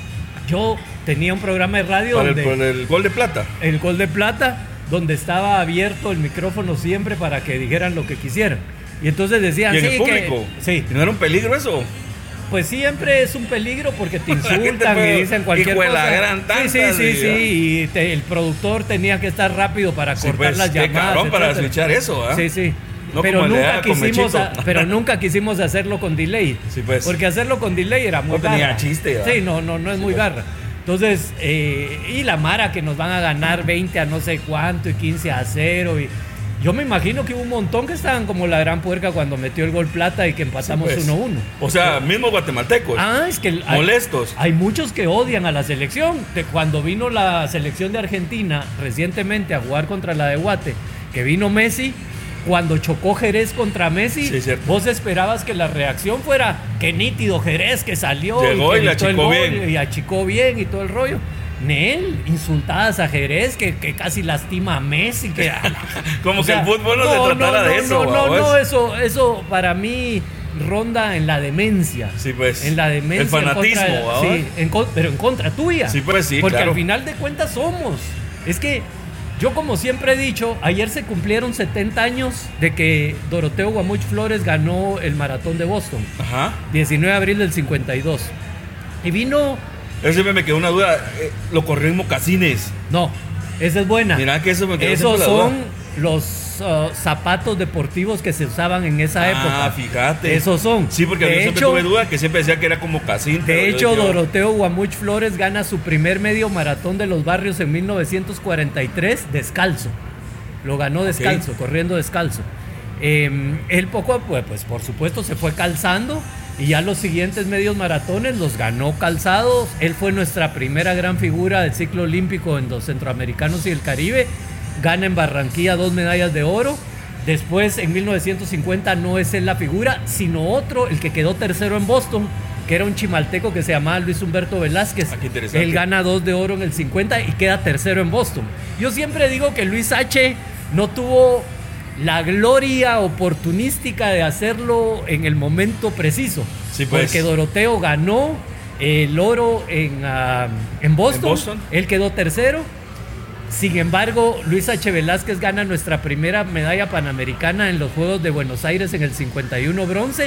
B: yo tenía un programa de radio
A: con el gol de plata.
B: El gol de plata, donde estaba abierto el micrófono siempre para que dijeran lo que quisieran. Y entonces decían,
A: ¿y en el público?
B: Sí.
A: ¿No era un peligro eso?
B: Pues siempre es un peligro, porque te insultan y dicen cualquier cosa.
A: La gran tanta,
B: sí. Y el productor tenía que estar rápido para cortar pues, las llamadas.
A: Cabrón para switchar eso, ¿eh?
B: Sí.
A: No,
B: pero nunca quisimos hacerlo con delay.
A: Sí, pues.
B: Porque hacerlo con delay era muy garra.
A: Tenía chiste, ¿verdad?
B: Sí, no es muy garra. Entonces, y la mara que nos van a ganar 20 a no sé cuánto y 15-0. Y yo me imagino que hubo un montón que estaban como la gran puerca cuando metió el gol plata y que empatamos 1-1.
A: O sea, mismos guatemaltecos.
B: Es que
A: molestos.
B: Hay muchos que odian a la selección. Cuando vino la selección de Argentina recientemente a jugar contra la de Guate, que vino Messi, cuando chocó Jerez contra Messi, sí, vos esperabas que la reacción fuera: qué nítido Jerez que salió,
A: llegó y la achicó bien,
B: y achicó bien y todo el rollo. Nel, insultadas a Jerez, que casi lastima a Messi, que
A: como que el fútbol no se tratara de eso.
B: Eso para mí ronda en la demencia.
A: Sí, pues.
B: En la demencia.
A: El fanatismo,
B: sí, pero en contra tuya.
A: Sí, pues sí,
B: porque
A: claro,
B: al final de cuentas somos. Es que yo, como siempre he dicho, ayer se cumplieron 70 años de que Doroteo Guamuch Flores ganó el maratón de Boston.
A: Ajá.
B: 19 de abril del 52. Y vino...
A: Eso siempre me quedó una duda. ¿Lo corrió en mocasines?
B: No, esa es buena.
A: Mira que eso me quedó.
B: Esos son los zapatos deportivos que se usaban en esa época.
A: Fíjate.
B: Esos son.
A: Sí, porque yo siempre tuve duda, que siempre decía que era como mocasín.
B: De hecho, Doroteo Guamuch Flores gana su primer medio maratón de los barrios en 1943 descalzo. Lo ganó descalzo, corriendo descalzo. Él poco, pues por supuesto, se fue calzando. Y ya los siguientes medios maratones los ganó calzados. Él fue nuestra primera gran figura del ciclo olímpico en los centroamericanos y el Caribe. Gana en Barranquilla 2 medallas de oro. Después, en 1950, no es él la figura, sino otro, el que quedó tercero en Boston, que era un chimalteco que se llamaba Luis Humberto Velázquez. Él gana 2 de oro en el 50 y queda tercero en Boston. Yo siempre digo que Luis H. no tuvo la gloria oportunística de hacerlo en el momento preciso.
A: Sí, pues.
B: Porque Doroteo ganó el oro en Boston. Él quedó tercero. Sin embargo, Luis H. Velázquez gana nuestra primera medalla panamericana en los Juegos de Buenos Aires en el 51, bronce.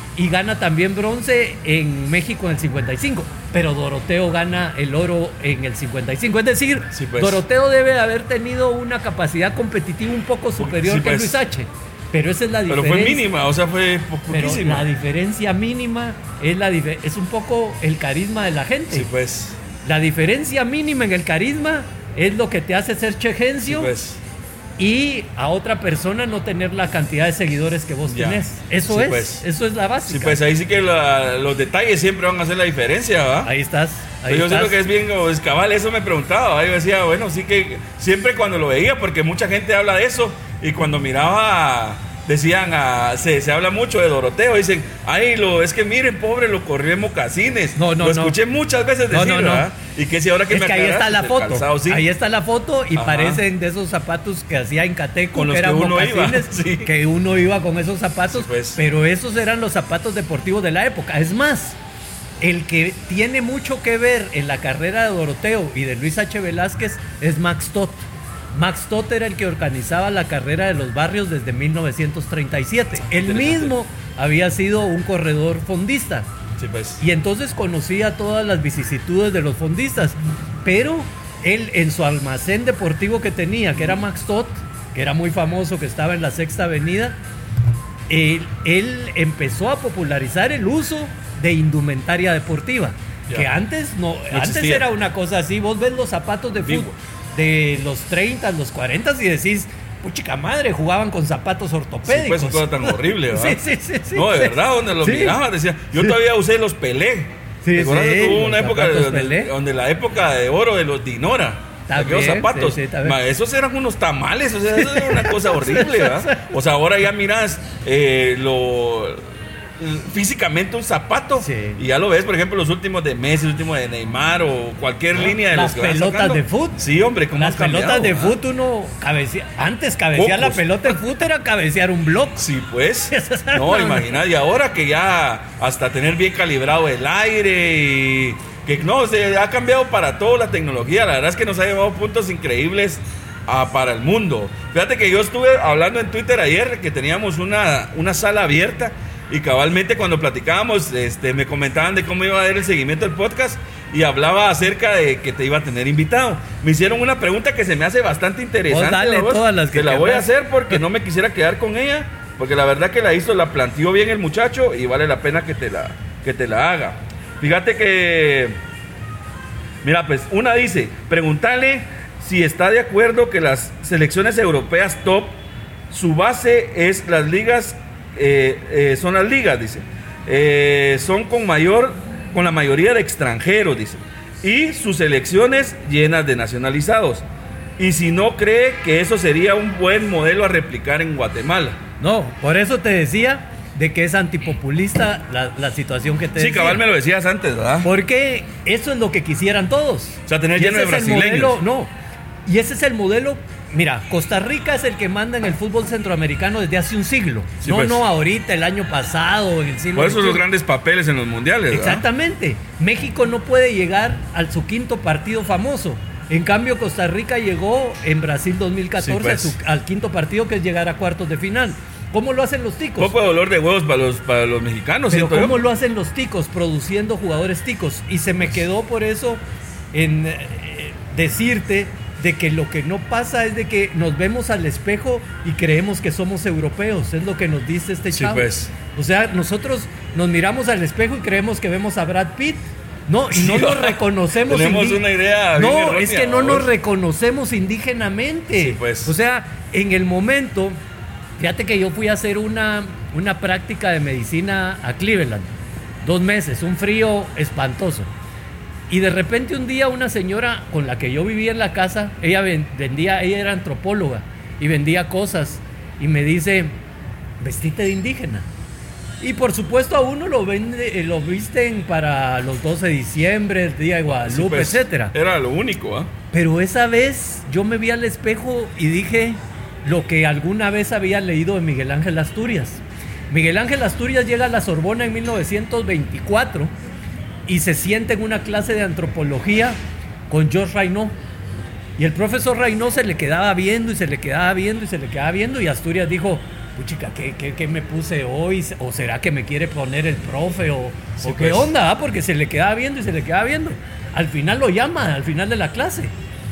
B: y gana también bronce en México en el 55, pero Doroteo gana el oro en el 55. Es decir,
A: Sí, pues.
B: Doroteo debe haber tenido una capacidad competitiva un poco superior
A: Sí,
B: que
A: pues.
B: Luis H. Pero esa es la
A: Pero
B: diferencia.
A: fue mínima, o sea, fue
B: Pero
A: poquísima.
B: la diferencia mínima es un poco el carisma de la gente.
A: Sí, pues.
B: La diferencia mínima en el carisma es lo que te hace ser
A: Sí,
B: chegencio
A: pues.
B: y a otra persona no tener la cantidad de seguidores que vos
A: Ya.
B: tenés. Eso
A: Sí,
B: es,
A: pues.
B: eso es la básica.
A: Sí, pues ahí sí que los detalles siempre van a hacer la diferencia, ¿va?
B: Ahí estás. Ahí
A: Yo
B: estás.
A: siento que es bien es cabal, eso me preguntaba, ¿va? Yo decía, bueno, sí que siempre cuando lo veía, porque mucha gente habla de eso, y cuando miraba, decían, se habla mucho de Doroteo, dicen, es que miren, pobre, lo corrió en mocasines.
B: No,
A: lo escuché muchas veces
B: No,
A: decir,
B: no, no.
A: ¿verdad? Y que si ahora que
B: Es
A: me
B: que ahí está
A: aclaraste,
B: la
A: el
B: foto.
A: calzado, sí.
B: Ahí está la foto y
A: Ajá.
B: parecen de esos zapatos que hacía en Cateco,
A: Con los
B: que eran
A: que uno iba,
B: mocasines,
A: sí.
B: que uno iba con esos zapatos,
A: Sí, pues.
B: pero esos eran los zapatos deportivos de la época. Es más, el que tiene mucho que ver en la carrera de Doroteo y de Luis H. Velázquez es Max Todt. Max Todt era el que organizaba la carrera de los barrios desde 1937. Él
A: Interesante.
B: mismo había sido un corredor fondista.
A: Sí, pues.
B: Y entonces conocía todas las vicisitudes de los fondistas. Pero él, en su almacén deportivo que tenía, que era Max Todt, que era muy famoso, que estaba en la Sexta Avenida, él empezó a popularizar el uso de indumentaria deportiva.
A: Ya.
B: Que antes no antes
A: existía.
B: era una cosa así. Vos ves los zapatos de
A: Digo.
B: fútbol de los 30, los 40 y decís, puchica madre, jugaban con zapatos
A: Sí,
B: ortopédicos.
A: pues, cosa tan horrible, ¿verdad?
B: Sí.
A: No, de verdad, donde lo
B: Sí.
A: miraba, decía, yo todavía usé los Pelé.
B: Sí,
A: ¿Te acuerdas?
B: sí,
A: Hubo
B: los
A: una época
B: zapatos Pelé.
A: donde la época de oro de los Dinora. Aquellos
B: Bien,
A: zapatos.
B: sí, está bien.
A: Esos eran unos tamales, o sea, eso era una cosa horrible, ¿verdad? O sea, ahora ya miras físicamente un zapato
B: Sí.
A: y ya lo ves, por ejemplo, los últimos de Messi, los últimos de Neymar o cualquier línea de
B: Las
A: los que van
B: pelotas
A: sacando.
B: de fútbol.
A: Sí, hombre, cómo
B: Las
A: has cambiado,
B: pelotas de
A: ¿verdad?
B: fútbol uno antes cabecear la
A: Pocos.
B: pelota de fútbol era cabecear un bloque.
A: Sí, pues.
B: No,
A: No,
B: no.
A: imagínate, y ahora que ya hasta tener bien calibrado el aire y que no, se ha cambiado para todo la tecnología. La verdad es que nos ha llevado a puntos increíbles para el mundo. Fíjate que yo estuve hablando en Twitter ayer que teníamos una sala abierta y cabalmente cuando platicábamos me comentaban de cómo iba a ir el seguimiento del podcast y hablaba acerca de que te iba a tener invitado. Me hicieron una pregunta que se me hace bastante interesante.
B: Vos dale
A: ¿verdad?
B: todas las que
A: Te la voy a
B: querrás.
A: hacer porque no me quisiera quedar con ella, porque la verdad que la planteó bien el muchacho y vale la pena que te la haga. Fíjate que, mira, pues una dice, preguntarle si está de acuerdo que las selecciones europeas top, su base es las ligas, son las ligas, dice, son con la mayoría de extranjeros, dice, y sus selecciones llenas de nacionalizados. Y si no cree que eso sería un buen modelo a replicar en Guatemala.
B: No, por eso te decía de que es antipopulista la situación que te
A: Sí,
B: decía.
A: cabal, me lo decías antes, ¿verdad?
B: Porque eso es lo que quisieran todos.
A: O sea, tener
B: Y
A: lleno de
B: ese es el
A: brasileños.
B: modelo, no. Y ese es el modelo. Mira, Costa Rica es el que manda en el fútbol centroamericano desde hace un siglo.
A: Sí,
B: no,
A: pues.
B: no ahorita, el año pasado, en el siglo
A: Por eso los
B: XXI.
A: grandes papeles en los mundiales, ¿verdad?
B: Exactamente. México no puede llegar al su quinto partido famoso. En cambio, Costa Rica llegó en Brasil 2014
A: Sí, pues.
B: al quinto partido, que es llegar a cuartos de final. ¿Cómo lo hacen los ticos?
A: Poco de dolor de huevos para los mexicanos,
B: Pero
A: siento
B: ¿cómo
A: yo.
B: lo hacen los ticos? Produciendo jugadores ticos. Y se me quedó por eso en decirte de que lo que no pasa es de que nos vemos al espejo y creemos que somos europeos. Es lo que nos dice este
A: Sí,
B: chavo.
A: pues.
B: O sea, nosotros nos miramos al espejo y creemos que vemos a Brad Pitt. No, y no
A: Sí,
B: nos reconocemos.
A: tenemos una idea bien
B: No,
A: errónea,
B: es que no nos
A: ¿vos?
B: reconocemos indígenamente.
A: Sí, pues.
B: O sea, en el momento, fíjate que yo fui a hacer una práctica de medicina a Cleveland. 2 meses, un frío espantoso. Y de repente un día una señora con la que yo vivía en la casa, ella ella era antropóloga y vendía cosas. Y me dice, vestite de indígena. Y por supuesto a uno lo visten para los 12 de diciembre, el Día de Guadalupe,
A: Sí, pues,
B: etcétera.
A: Era lo único, ¿ah?
B: Pero esa vez yo me vi al espejo y dije lo que alguna vez había leído de Miguel Ángel Asturias. Miguel Ángel Asturias llega a la Sorbona en 1924 y se sienta en una clase de antropología con Georges Raynaud. Y el profesor Raynaud se le quedaba viendo y se le quedaba viendo y se le quedaba viendo y Asturias dijo, puchica, ¿qué me puse hoy? ¿O será que me quiere poner el profe? ¿O qué
A: pues.
B: onda? Porque se le queda viendo y se le queda viendo. Al final lo llama, al final de la clase.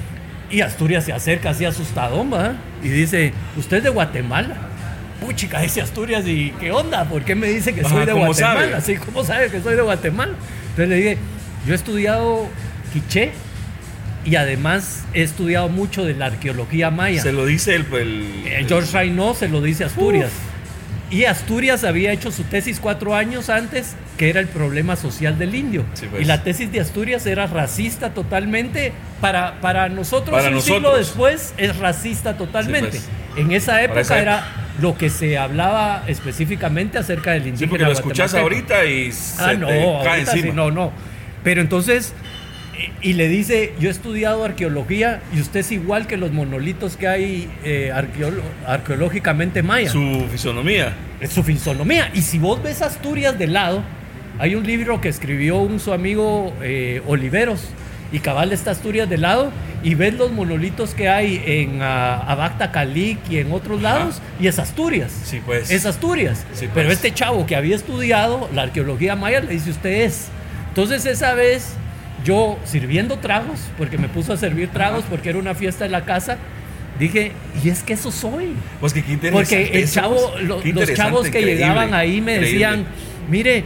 B: Y Asturias se acerca así asustadón, ¿va? Y dice, ¿usted es de Guatemala? Puchica, dice Asturias, ¿y qué onda? ¿Por qué me dice que soy de Guatemala? Sí, ¿cómo sabe que soy de Guatemala? Entonces le dije, yo he estudiado quiché y además he estudiado mucho de la arqueología maya.
A: Se lo dice el
B: George Reynaud se lo dice a Asturias. Y Asturias había hecho su tesis 4 años antes, que era el problema social del indio.
A: Sí, pues.
B: Y la tesis de Asturias era racista totalmente. Para nosotros,
A: Para
B: un
A: nosotros.
B: siglo después, es racista totalmente.
A: Sí, pues.
B: En esa época
A: esa
B: era lo que se hablaba específicamente acerca del indígena.
A: Sí, porque lo escuchás
B: guatemalteco.
A: ahorita y se te cae encima.
B: Sí, no. Pero entonces, y le dice, yo he estudiado arqueología y usted es igual que los monolitos que hay arqueológicamente maya.
A: Su fisonomía.
B: Es su fisonomía. Y si vos ves Asturias de lado, hay un libro que escribió su amigo Oliveros, y cabal está Asturias de lado, y ves los monolitos que hay en Abacta Calic y en otros lados, y es Asturias.
A: Sí, pues.
B: Es Asturias.
A: Sí, pues.
B: Pero este chavo que había estudiado la arqueología maya le dice, usted es. Entonces esa vez, yo sirviendo tragos, porque me puso a servir tragos, porque era una fiesta en la casa, dije, y es que eso soy.
A: Pues que qué interesante.
B: Porque el chavo, los chavos que llegaban ahí me decían, mire,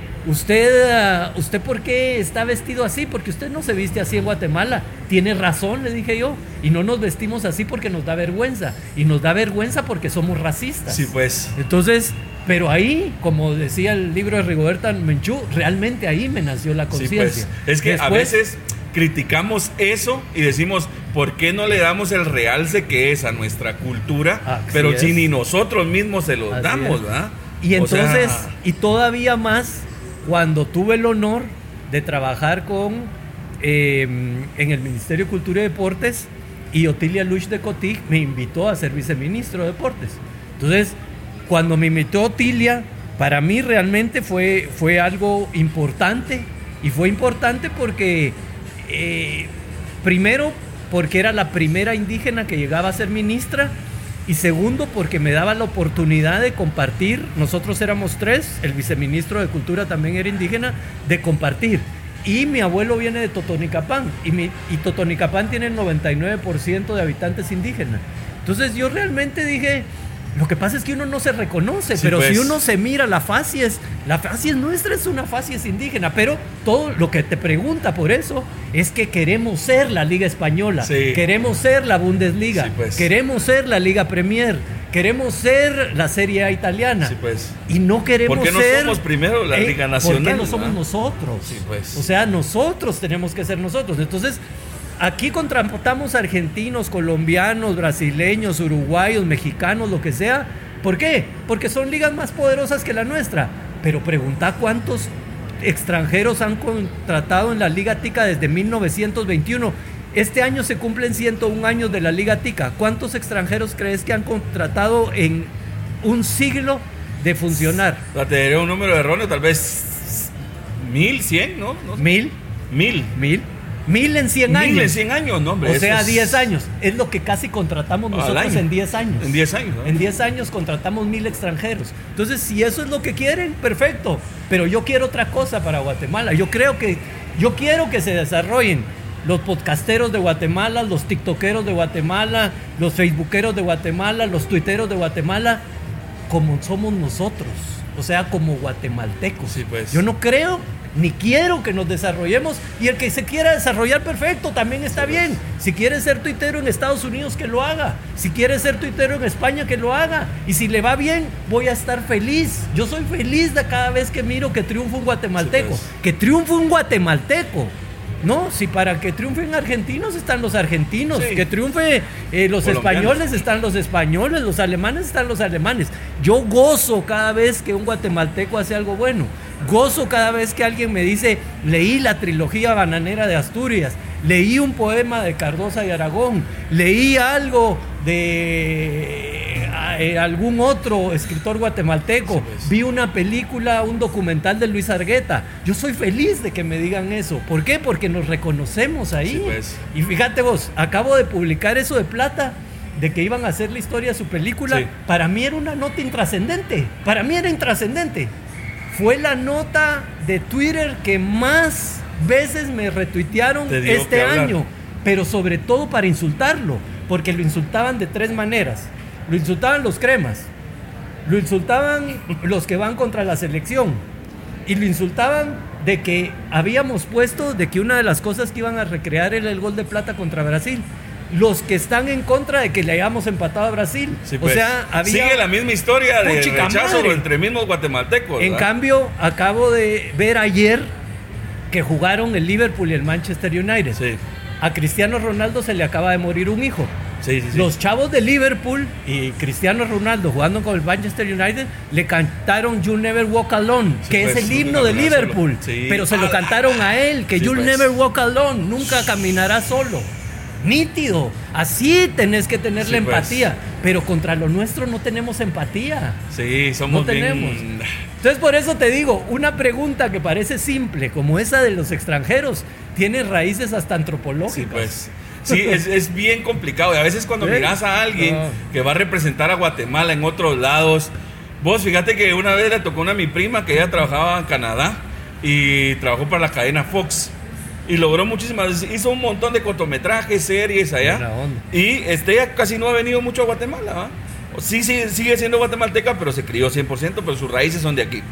B: usted ¿por qué está vestido así? Porque usted no se viste así en Guatemala. Tiene razón, le dije yo. Y no nos vestimos así porque nos da vergüenza. Y nos da vergüenza porque somos racistas.
A: Sí, pues.
B: Entonces, pero ahí, como decía el libro de Rigoberta Menchú, realmente ahí me nació la conciencia.
A: Sí, pues. Es que después, a veces criticamos eso y decimos, ¿por qué no le damos el realce que es a nuestra cultura? Pero si ni nosotros mismos se los damos, ¿verdad?
B: Y entonces, y todavía más, cuando tuve el honor de trabajar en el Ministerio de Cultura y Deportes, y Otilia Luch de Cotig me invitó a ser viceministro de Deportes. Entonces, cuando me invitó Otilia, para mí realmente fue algo importante, y fue importante porque, primero, porque era la primera indígena que llegaba a ser ministra, y segundo, porque me daba la oportunidad de compartir. Nosotros éramos 3, el viceministro de Cultura también era indígena, de compartir. Y mi abuelo viene de Totonicapán, y Totonicapán tiene el 99% de habitantes indígenas. Entonces yo realmente dije, lo que pasa es que uno no se reconoce, sí, pero pues, si uno se mira, la facies nuestra, es una facies indígena, pero todo lo que te pregunta por eso es que queremos ser la Liga Española, sí, queremos ser la Bundesliga, sí, pues, queremos ser la Liga Premier, queremos ser la Serie A italiana, sí, pues, y no queremos ser...
A: ¿Por qué no somos primero la Liga Nacional?
B: ¿Por qué no somos nosotros?
A: Sí, pues.
B: O sea, nosotros tenemos que ser nosotros. Entonces, aquí contratamos argentinos, colombianos, brasileños, uruguayos, mexicanos, lo que sea. ¿Por qué? Porque son ligas más poderosas que la nuestra. Pero pregunta cuántos extranjeros han contratado en la Liga Tica desde 1921. Este año se cumplen 101 años de la Liga Tica. ¿Cuántos extranjeros crees que han contratado en un siglo de funcionar?
A: Te diré un número erróneo, tal vez 1,100, ¿no?
B: 1,000 en 100 años.
A: 1,000 en 100 años, no, hombre.
B: O sea, 10 años. Es lo que casi contratamos nosotros en 10 años.
A: En 10 años, ¿no?
B: En 10 años contratamos 1,000 extranjeros. Entonces, si eso es lo que quieren, perfecto. Pero yo quiero otra cosa para Guatemala. Yo quiero que se desarrollen los podcasteros de Guatemala, los tiktokeros de Guatemala, los facebookeros de Guatemala, los tuiteros de Guatemala, como somos nosotros. O sea, como guatemaltecos.
A: Sí, pues.
B: Yo no creo ni quiero que nos desarrollemos, y el que se quiera desarrollar, perfecto, también está bien. Si quiere ser tuitero en Estados Unidos, que lo haga. Si quiere ser tuitero en España, que lo haga. Y si le va bien, voy a estar feliz. Yo soy feliz de cada vez que miro que triunfa un guatemalteco. Sí, pues. Que triunfe un guatemalteco. No, si para que triunfen argentinos están los argentinos, sí, que triunfe los españoles están los españoles, los alemanes están los alemanes. Yo gozo cada vez que un guatemalteco hace algo bueno. Gozo cada vez que alguien me dice, leí la trilogía bananera de Asturias, leí un poema de Cardosa y Aragón, leí algo de algún otro escritor guatemalteco, sí, pues. Vi una película, un documental de Luis Argueta. Yo soy feliz de que me digan eso. ¿Por qué? Porque nos reconocemos ahí.
A: Sí, pues.
B: Y fíjate vos, acabo de publicar eso de plata de que iban a hacer la historia de su película,
A: Sí.
B: para mí era una nota intrascendente. Para mí era intrascendente. Fue la nota de Twitter que más veces me retuitearon
A: Te dio
B: este
A: que hablar.
B: año, pero sobre todo para insultarlo, porque lo insultaban de 3 maneras. Lo insultaban los cremas, lo insultaban los que van contra la selección y lo insultaban de que habíamos puesto de que una de las cosas que iban a recrear era el gol de plata contra Brasil. Los que están en contra de que le hayamos empatado a Brasil.
A: Sí,
B: O
A: pues,
B: sea, había...
A: sigue la misma historia de
B: Puchica
A: rechazo
B: madre.
A: entre mismos guatemaltecos.
B: En
A: ¿verdad?
B: cambio, acabo de ver ayer que jugaron el Liverpool y el Manchester United.
A: Sí,
B: A Cristiano Ronaldo se le acaba de morir un hijo.
A: sí, sí.
B: Los chavos de Liverpool y Cristiano Ronaldo jugando con el Manchester United le cantaron You'll Never Walk Alone,
A: Sí,
B: que
A: pues,
B: es el himno de
A: nunca
B: Liverpool.
A: solo. Sí.
B: Pero se lo cantaron a él, que
A: Sí,
B: You'll
A: pues.
B: Never Walk Alone, nunca caminarás solo. Nítido, así tenés que tener
A: Sí,
B: la
A: pues.
B: empatía, pero contra lo nuestro no tenemos empatía.
A: Sí, somos
B: No tenemos.
A: bien...
B: Entonces por eso te digo, una pregunta que parece simple, como esa de los extranjeros, tiene raíces hasta antropológicas.
A: Sí, pues. Sí, es bien complicado. Y a veces cuando
B: ¿Sí?
A: miras a alguien
B: No.
A: que va a representar a Guatemala en otros lados, vos fíjate que una vez le tocó una a mi prima que ella trabajaba en Canadá y trabajó para la cadena Fox. Y logró muchísimas, hizo un montón de cortometrajes, series allá.
B: Buena onda.
A: Y ella casi no ha venido mucho a Guatemala, ¿va? Sí, sigue siendo guatemalteca, pero se crió 100%, pero sus raíces son de aquí.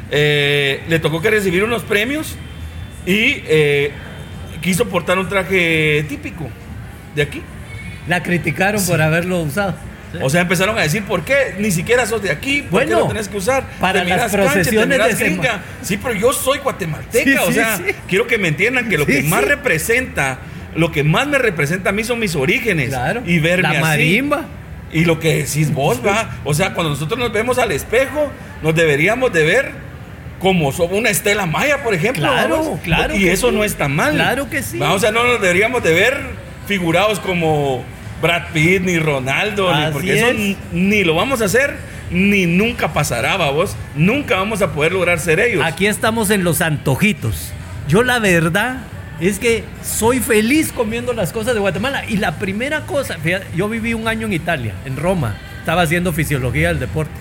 A: Le tocó que recibir unos premios y quiso portar un traje típico de aquí.
B: La criticaron por haberlo usado.
A: O sea, empezaron a decir, ¿por qué ni siquiera sos de aquí? ¿Por qué
B: Bueno,
A: lo tenés que usar?
B: para
A: Te mirás
B: las
A: cancha, te
B: procesiones
A: mirás
B: de
A: gringa. Sí, pero yo soy guatemalteca.
B: Sí,
A: o
B: sí,
A: sea,
B: sí.
A: quiero que me entiendan que lo
B: Sí,
A: que más
B: sí.
A: representa, lo que más me representa a mí son mis orígenes.
B: Claro.
A: Y verme
B: La
A: así.
B: marimba.
A: Y lo que decís vos, va. O sea, cuando nosotros nos vemos al espejo, nos deberíamos de ver como una Estela Maya, por ejemplo.
B: Claro,
A: ¿vamos?
B: claro
A: Y
B: que
A: eso
B: sí.
A: no está mal.
B: Claro que sí.
A: ¿Va? O sea, no nos deberíamos de ver figurados como Brad Pitt, ni Ronaldo, ni
B: Así
A: porque eso
B: es.
A: ni lo vamos a hacer, ni nunca pasará, vos. Nunca vamos a poder lograr ser ellos.
B: Aquí estamos en los antojitos. Yo la verdad es que soy feliz comiendo las cosas de Guatemala. Y la primera cosa, fíjate, yo viví un año en Italia, en Roma. Estaba haciendo fisiología del deporte.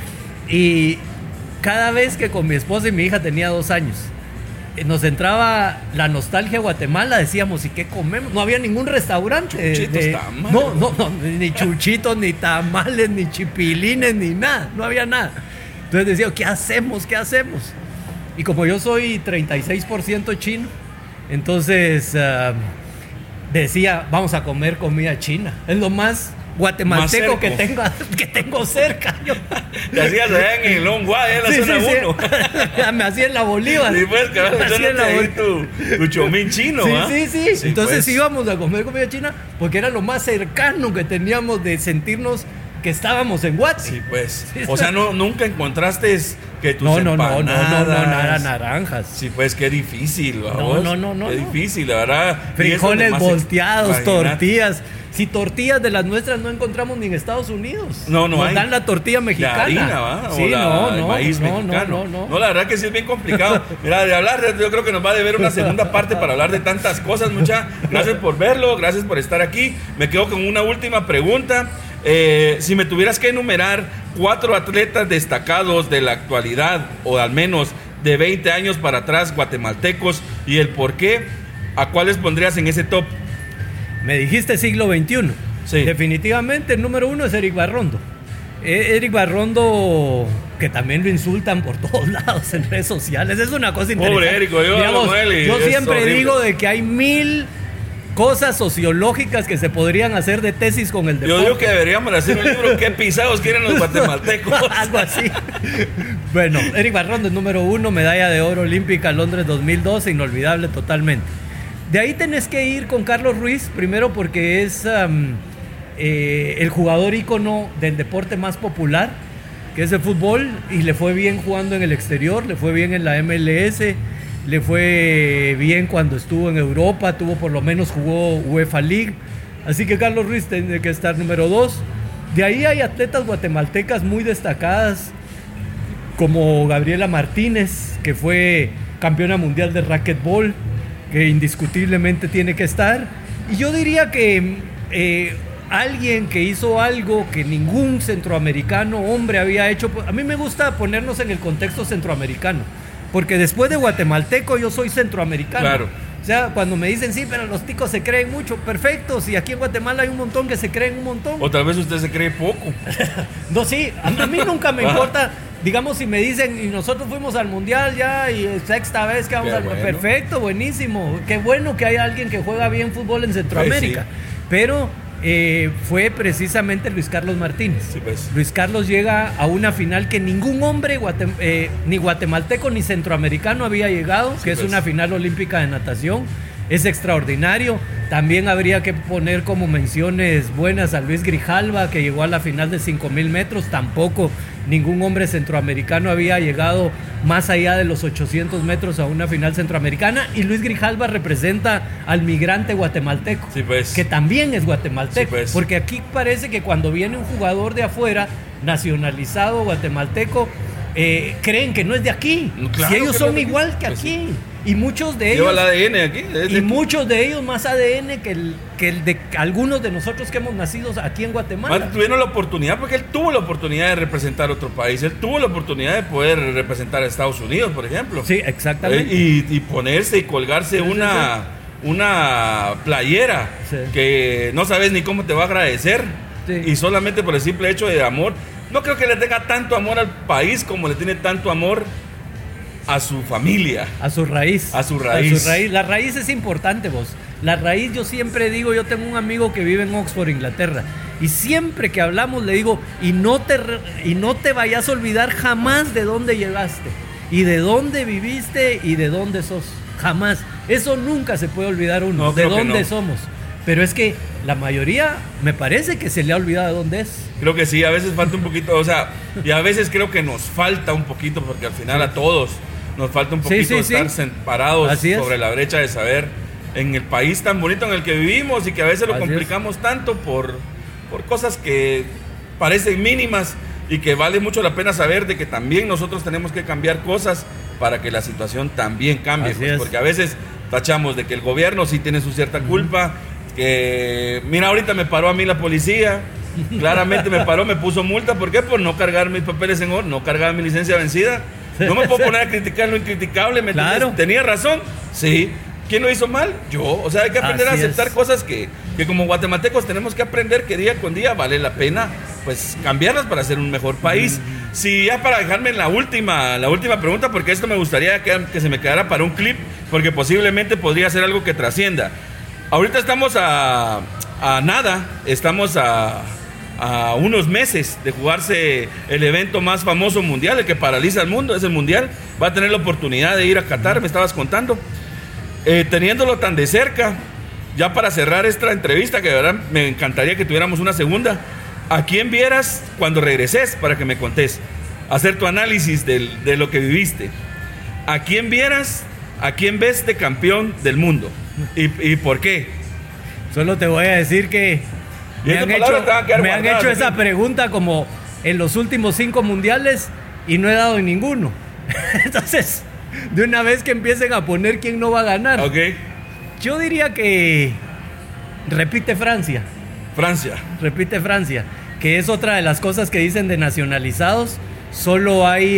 B: Y cada vez que con mi esposa y mi hija tenía 2 años, nos entraba la nostalgia a Guatemala, decíamos, ¿y qué comemos? No había ningún restaurante.
A: Chuchitos, tamales.
B: No, ni chuchitos, ni tamales, ni chipilines, ni nada. No había nada. Entonces decía, ¿qué hacemos? ¿Qué hacemos? Y como yo soy 36% chino, entonces decía, vamos a comer comida china. Es lo más guatemalteco
A: Más
B: que
A: cerca.
B: tengo cerca. Yo.
A: Te hacías allá en el Long Guay, en la
B: Sí,
A: zona
B: sí,
A: 1.
B: Me hacía en la Bolívar.
A: Sí, pues, cabrón,
B: Me hacía en la
A: ahí tu chomín chino, ¿ah?
B: Sí. Entonces
A: pues.
B: íbamos a comer comida china porque era lo más cercano que teníamos de sentirnos que estábamos en Guate.
A: Sí, pues. O sea, nunca encontraste que tus
B: No,
A: empanadas...
B: nada, naranjas.
A: Sí, pues, qué difícil,
B: No,
A: vamos.
B: no,
A: Qué
B: no.
A: difícil, la verdad.
B: Frijoles
A: Y eso
B: volteados,
A: nomás imagínate.
B: tortillas. Si tortillas de las nuestras no encontramos ni en Estados Unidos.
A: No
B: Nos
A: hay.
B: dan la tortilla mexicana.
A: De harina, ¿va?
B: Sí,
A: O la
B: no,
A: maíz mexicano.
B: no.
A: La verdad que sí es bien complicado. Mira, de hablar, yo creo que nos va a deber una segunda parte para hablar de tantas cosas, mucha. Gracias por verlo, gracias por estar aquí. Me quedo con una última pregunta. Si me tuvieras que enumerar 4 atletas destacados de la actualidad, o al menos de 20 años para atrás, guatemaltecos, y el por qué, ¿a cuáles pondrías en ese top?
B: Me dijiste siglo XXI.
A: Sí.
B: Definitivamente el número 1 es Eric Barrondo. Eric Barrondo, que también lo insultan por todos lados en redes sociales. Es una cosa interesante.
A: Pobre Eric, yo hablo con él y
B: yo
A: es
B: siempre
A: horrible.
B: digo de que hay 1000 cosas sociológicas que se podrían hacer de tesis con el
A: Yo
B: deporte.
A: digo que deberíamos hacer un libro. ¿Qué pisados quieren los guatemaltecos?
B: Algo así. Bueno, Eric Barrondo es número 1, medalla de oro olímpica Londres 2012, inolvidable totalmente. De ahí tenés que ir con Carlos Ruiz, primero porque es el jugador ícono del deporte más popular, que es el fútbol, y le fue bien jugando en el exterior, le fue bien en la MLS, le fue bien cuando estuvo en Europa, por lo menos jugó UEFA League. Así que Carlos Ruiz tiene que estar número 2. De ahí hay atletas guatemaltecas muy destacadas, como Gabriela Martínez, que fue campeona mundial de racquetball, que indiscutiblemente tiene que estar. Y yo diría que alguien que hizo algo que ningún centroamericano hombre había hecho. A mí me gusta ponernos en el contexto centroamericano, porque después de guatemalteco yo soy centroamericano.
A: Claro.
B: O sea, cuando me dicen, sí, pero los ticos se creen mucho, perfecto, si aquí en Guatemala hay un montón que se creen un montón.
A: O tal vez usted se cree poco.
B: No, sí, a mí nunca me importa, digamos, si me dicen, y nosotros fuimos al Mundial ya, y es sexta vez que vamos
A: Qué
B: al...
A: bueno.
B: Perfecto, buenísimo, qué bueno que hay alguien que juega bien fútbol en Centroamérica.
A: Pues sí.
B: Pero fue precisamente Luis Carlos Martínez.
A: Sí, pues.
B: Luis Carlos llega a una final que ningún hombre ni guatemalteco ni centroamericano había llegado, que es
A: pues.
B: una final olímpica de natación. Es extraordinario. También habría que poner como menciones buenas a Luis Grijalva, que llegó a la final de 5,000 metros. Tampoco ningún hombre centroamericano había llegado más allá de los 800 metros a una final centroamericana. Y Luis Grijalva representa al migrante guatemalteco,
A: Sí, pues.
B: que también es guatemalteco.
A: Sí, pues.
B: Porque aquí parece que cuando viene un jugador de afuera, nacionalizado guatemalteco, creen que no es de aquí.
A: Claro
B: si ellos
A: que
B: son
A: no es de aquí.
B: igual que
A: Pues
B: aquí. Y muchos de
A: Lleva
B: ellos...
A: el ADN aquí.
B: Y muchos de ellos más ADN que el de algunos de nosotros que hemos nacido aquí en Guatemala.
A: Tuvieron la oportunidad, porque él tuvo la oportunidad de representar otro país. Él tuvo la oportunidad de poder representar a Estados Unidos, por ejemplo.
B: Sí, exactamente.
A: Y ponerse y colgarse
B: Sí,
A: una playera
B: Sí.
A: que no sabes ni cómo te va a agradecer.
B: Sí.
A: Y solamente por el simple hecho de amor. No creo que le tenga tanto amor al país como le tiene tanto amor a su familia.
B: A su raíz.
A: A su raíz.
B: La raíz es importante, vos. La raíz, yo siempre digo, yo tengo un amigo que vive en Oxford, Inglaterra, y siempre que hablamos le digo, y no te vayas a olvidar jamás de dónde llegaste, y de dónde viviste, y de dónde sos. Jamás. Eso nunca se puede olvidar uno,
A: No,
B: de
A: creo que
B: dónde
A: no.
B: somos. Pero es que la mayoría me parece que se le ha olvidado de dónde es.
A: Creo que sí, a veces falta un poquito, o sea, y a veces creo que nos falta un poquito, porque al final a todos nos falta un poquito estar parados sobre la brecha de saber en el país tan bonito en el que vivimos, y que a veces lo complicamos tanto por cosas que parecen mínimas, y que vale mucho la pena saber de que también nosotros tenemos que cambiar cosas para que la situación también cambie, pues, porque a veces tachamos de que el gobierno sí tiene su cierta culpa, que mira, ahorita me paró a mí la policía, claramente me paró, me puso multa. ¿Por qué? Por no cargar mis papeles en orden, no cargar mi licencia vencida. No me puedo poner a criticar lo incriticable.
B: Claro.
A: ¿Tenía razón? Sí. ¿Quién lo hizo mal? Yo. O sea, hay que aprender a aceptar cosas que como guatemaltecos tenemos que aprender, que día con día vale la pena pues cambiarlas para ser un mejor país. Sí, ya para dejarme la última pregunta, porque esto me gustaría que se me quedara para un clip, porque posiblemente podría ser algo que trascienda. Ahorita estamos a nada, estamos a unos meses de jugarse el evento más famoso mundial, el que paraliza el mundo, es el mundial. Va a tener la oportunidad de ir a Qatar, me estabas contando. Teniéndolo tan de cerca, ya para cerrar esta entrevista, que de verdad me encantaría que tuviéramos una segunda, ¿a quién vieras cuando regreses para que me contés? Hacer tu análisis de lo que viviste. ¿A quién vieras, a quién ves de campeón del mundo? ¿Y por qué?
B: Solo te voy a decir que me han hecho esa pregunta como en los últimos 5 mundiales y no he dado en ninguno. Entonces, de una vez que empiecen a poner quién no va a ganar, yo diría que repite Francia, que es otra de las cosas que dicen de nacionalizados. Solo hay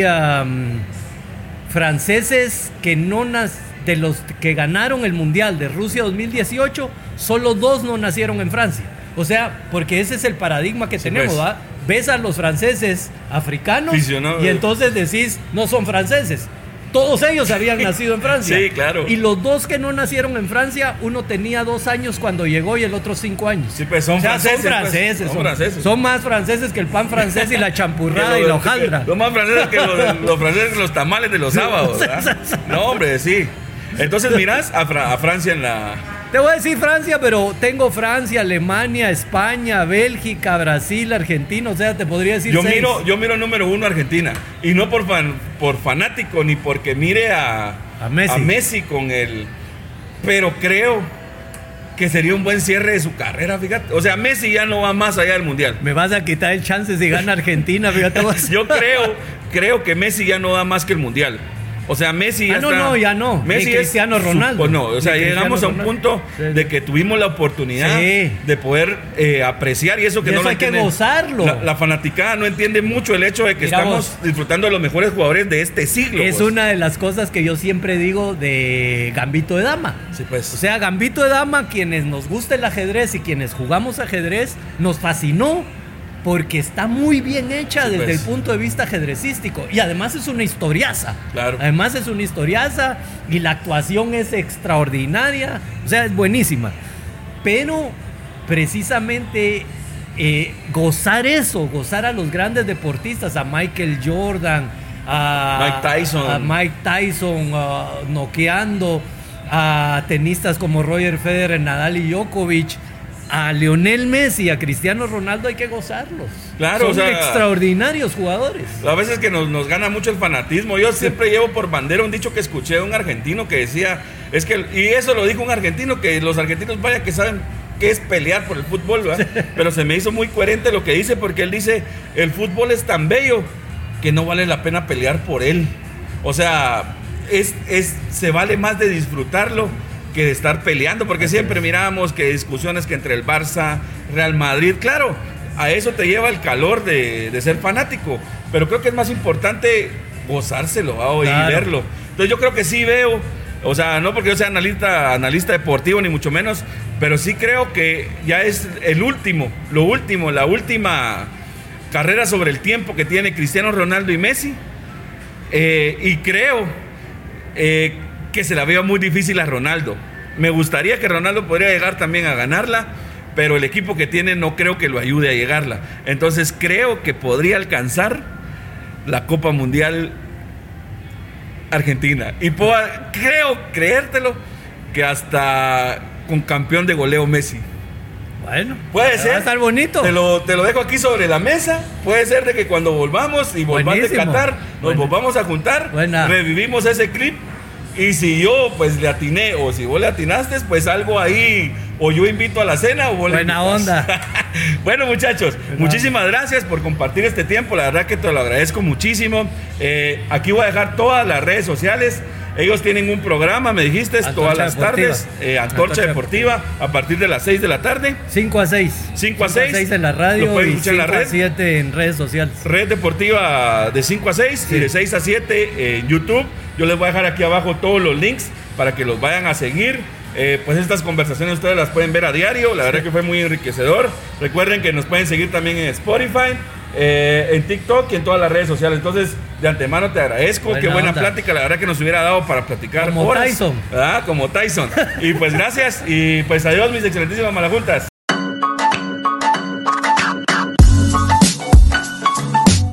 B: franceses que de los que ganaron el Mundial de Rusia 2018, solo 2 no nacieron en Francia. O sea, porque ese es el paradigma que tenemos, ¿va? Ves a los franceses africanos y entonces decís, no son franceses. Todos ellos habían nacido en Francia.
A: Sí, claro.
B: Y los 2 que no nacieron en Francia, uno tenía 2 años cuando llegó y el otro 5 años.
A: Sí, pues son franceses.
B: Son más franceses que el pan francés y la champurrada y la hojaldra.
A: Son más franceses que los franceses que los tamales de los sábados, ¿verdad? No, hombre, sí. Entonces mirás a Francia en la...
B: Te voy a decir Francia, pero tengo Francia, Alemania, España, Bélgica, Brasil, Argentina, o sea, te podría decir
A: yo
B: 6.
A: Yo miro número 1 Argentina, y no por fanático, ni porque mire a Messi con él, pero creo que sería un buen cierre de su carrera, fíjate. O sea, Messi ya no va más allá del Mundial.
B: Me vas a quitar el chance si gana Argentina, fíjate vos.
A: Yo creo que Messi ya no da más que el Mundial. O sea, Messi ya
B: ya no.
A: Messi
B: Ni Cristiano Ronaldo.
A: Pues no, o sea,
B: Ni
A: llegamos a un punto de que tuvimos la oportunidad de poder apreciar y eso que
B: y
A: no
B: eso
A: lo
B: hay
A: entienden.
B: que gozarlo.
A: La fanaticada no entiende mucho el hecho de que estamos disfrutando de los mejores jugadores de este siglo.
B: Es una de las cosas que yo siempre digo de Gambito de Dama.
A: Sí, pues.
B: O sea, Gambito de Dama, quienes nos gusta el ajedrez y quienes jugamos ajedrez, nos fascinó. Porque está muy bien hecha desde el punto de vista ajedrecístico. Y además es una historiaza.
A: Claro.
B: Además es una historiaza y la actuación es extraordinaria. O sea, es buenísima. Pero precisamente gozar a los grandes deportistas, a Michael Jordan, a Mike Tyson noqueando, a tenistas como Roger Federer, Nadal y Djokovic, a Lionel Messi, a Cristiano Ronaldo, hay que gozarlos.
A: Claro,
B: son extraordinarios jugadores.
A: A veces que nos gana mucho el fanatismo. Yo siempre llevo por bandera un dicho que escuché de un argentino que decía, y eso lo dijo un argentino, que los argentinos vaya que saben qué es pelear por el fútbol, ¿verdad? Pero se me hizo muy coherente lo que dice, porque él dice, el fútbol es tan bello que no vale la pena pelear por él. O sea, se vale más de disfrutarlo que de estar peleando, porque siempre miramos que discusiones que entre el Barça, Real Madrid, claro, a eso te lleva el calor de ser fanático, pero creo que es más importante gozárselo y verlo. Entonces yo creo que sí veo, o sea, no porque yo sea analista deportivo ni mucho menos, pero sí creo que ya es la última carrera sobre el tiempo que tiene Cristiano Ronaldo y Messi, y creo que se la veo muy difícil a Ronaldo. Me gustaría que Ronaldo podría llegar también a ganarla, pero el equipo que tiene no creo que lo ayude a llegarla. Entonces creo que podría alcanzar la Copa Mundial Argentina. Y creértelo, que hasta con campeón de goleo Messi.
B: Bueno,
A: puede ser.
B: Va a estar bonito.
A: Te lo dejo aquí sobre la mesa. Puede ser de que cuando volvamos y volvamos de Qatar, nos volvamos a juntar, revivimos ese clip. Y si yo pues le atiné, o si vos le atinaste, pues algo ahí, o yo invito a la cena, o vos le invitas.
B: Buena onda.
A: Bueno, muchachos, muchísimas gracias por compartir este tiempo. La verdad que te lo agradezco muchísimo. Aquí voy a dejar todas las redes sociales. Ellos tienen un programa, me dijiste, todas las tardes, Antorcha Deportiva, a partir de las 6 de la tarde.
B: 5 a 6.
A: 5 a 6
B: en la radio y 5
A: a
B: 7 en redes sociales.
A: Red Deportiva de 5 a 6 y de 6 a 7 en YouTube. Yo les voy a dejar aquí abajo todos los links para que los vayan a seguir. Pues estas conversaciones ustedes las pueden ver a diario. La verdad que fue muy enriquecedor. Recuerden que nos pueden seguir también en Spotify, en TikTok y en todas las redes sociales. Entonces, de antemano te agradezco. Qué buena plática, la verdad que nos hubiera dado para platicar
B: como
A: horas.
B: Tyson.
A: Como Tyson. Y pues gracias y pues adiós mis excelentísimas malajuntas.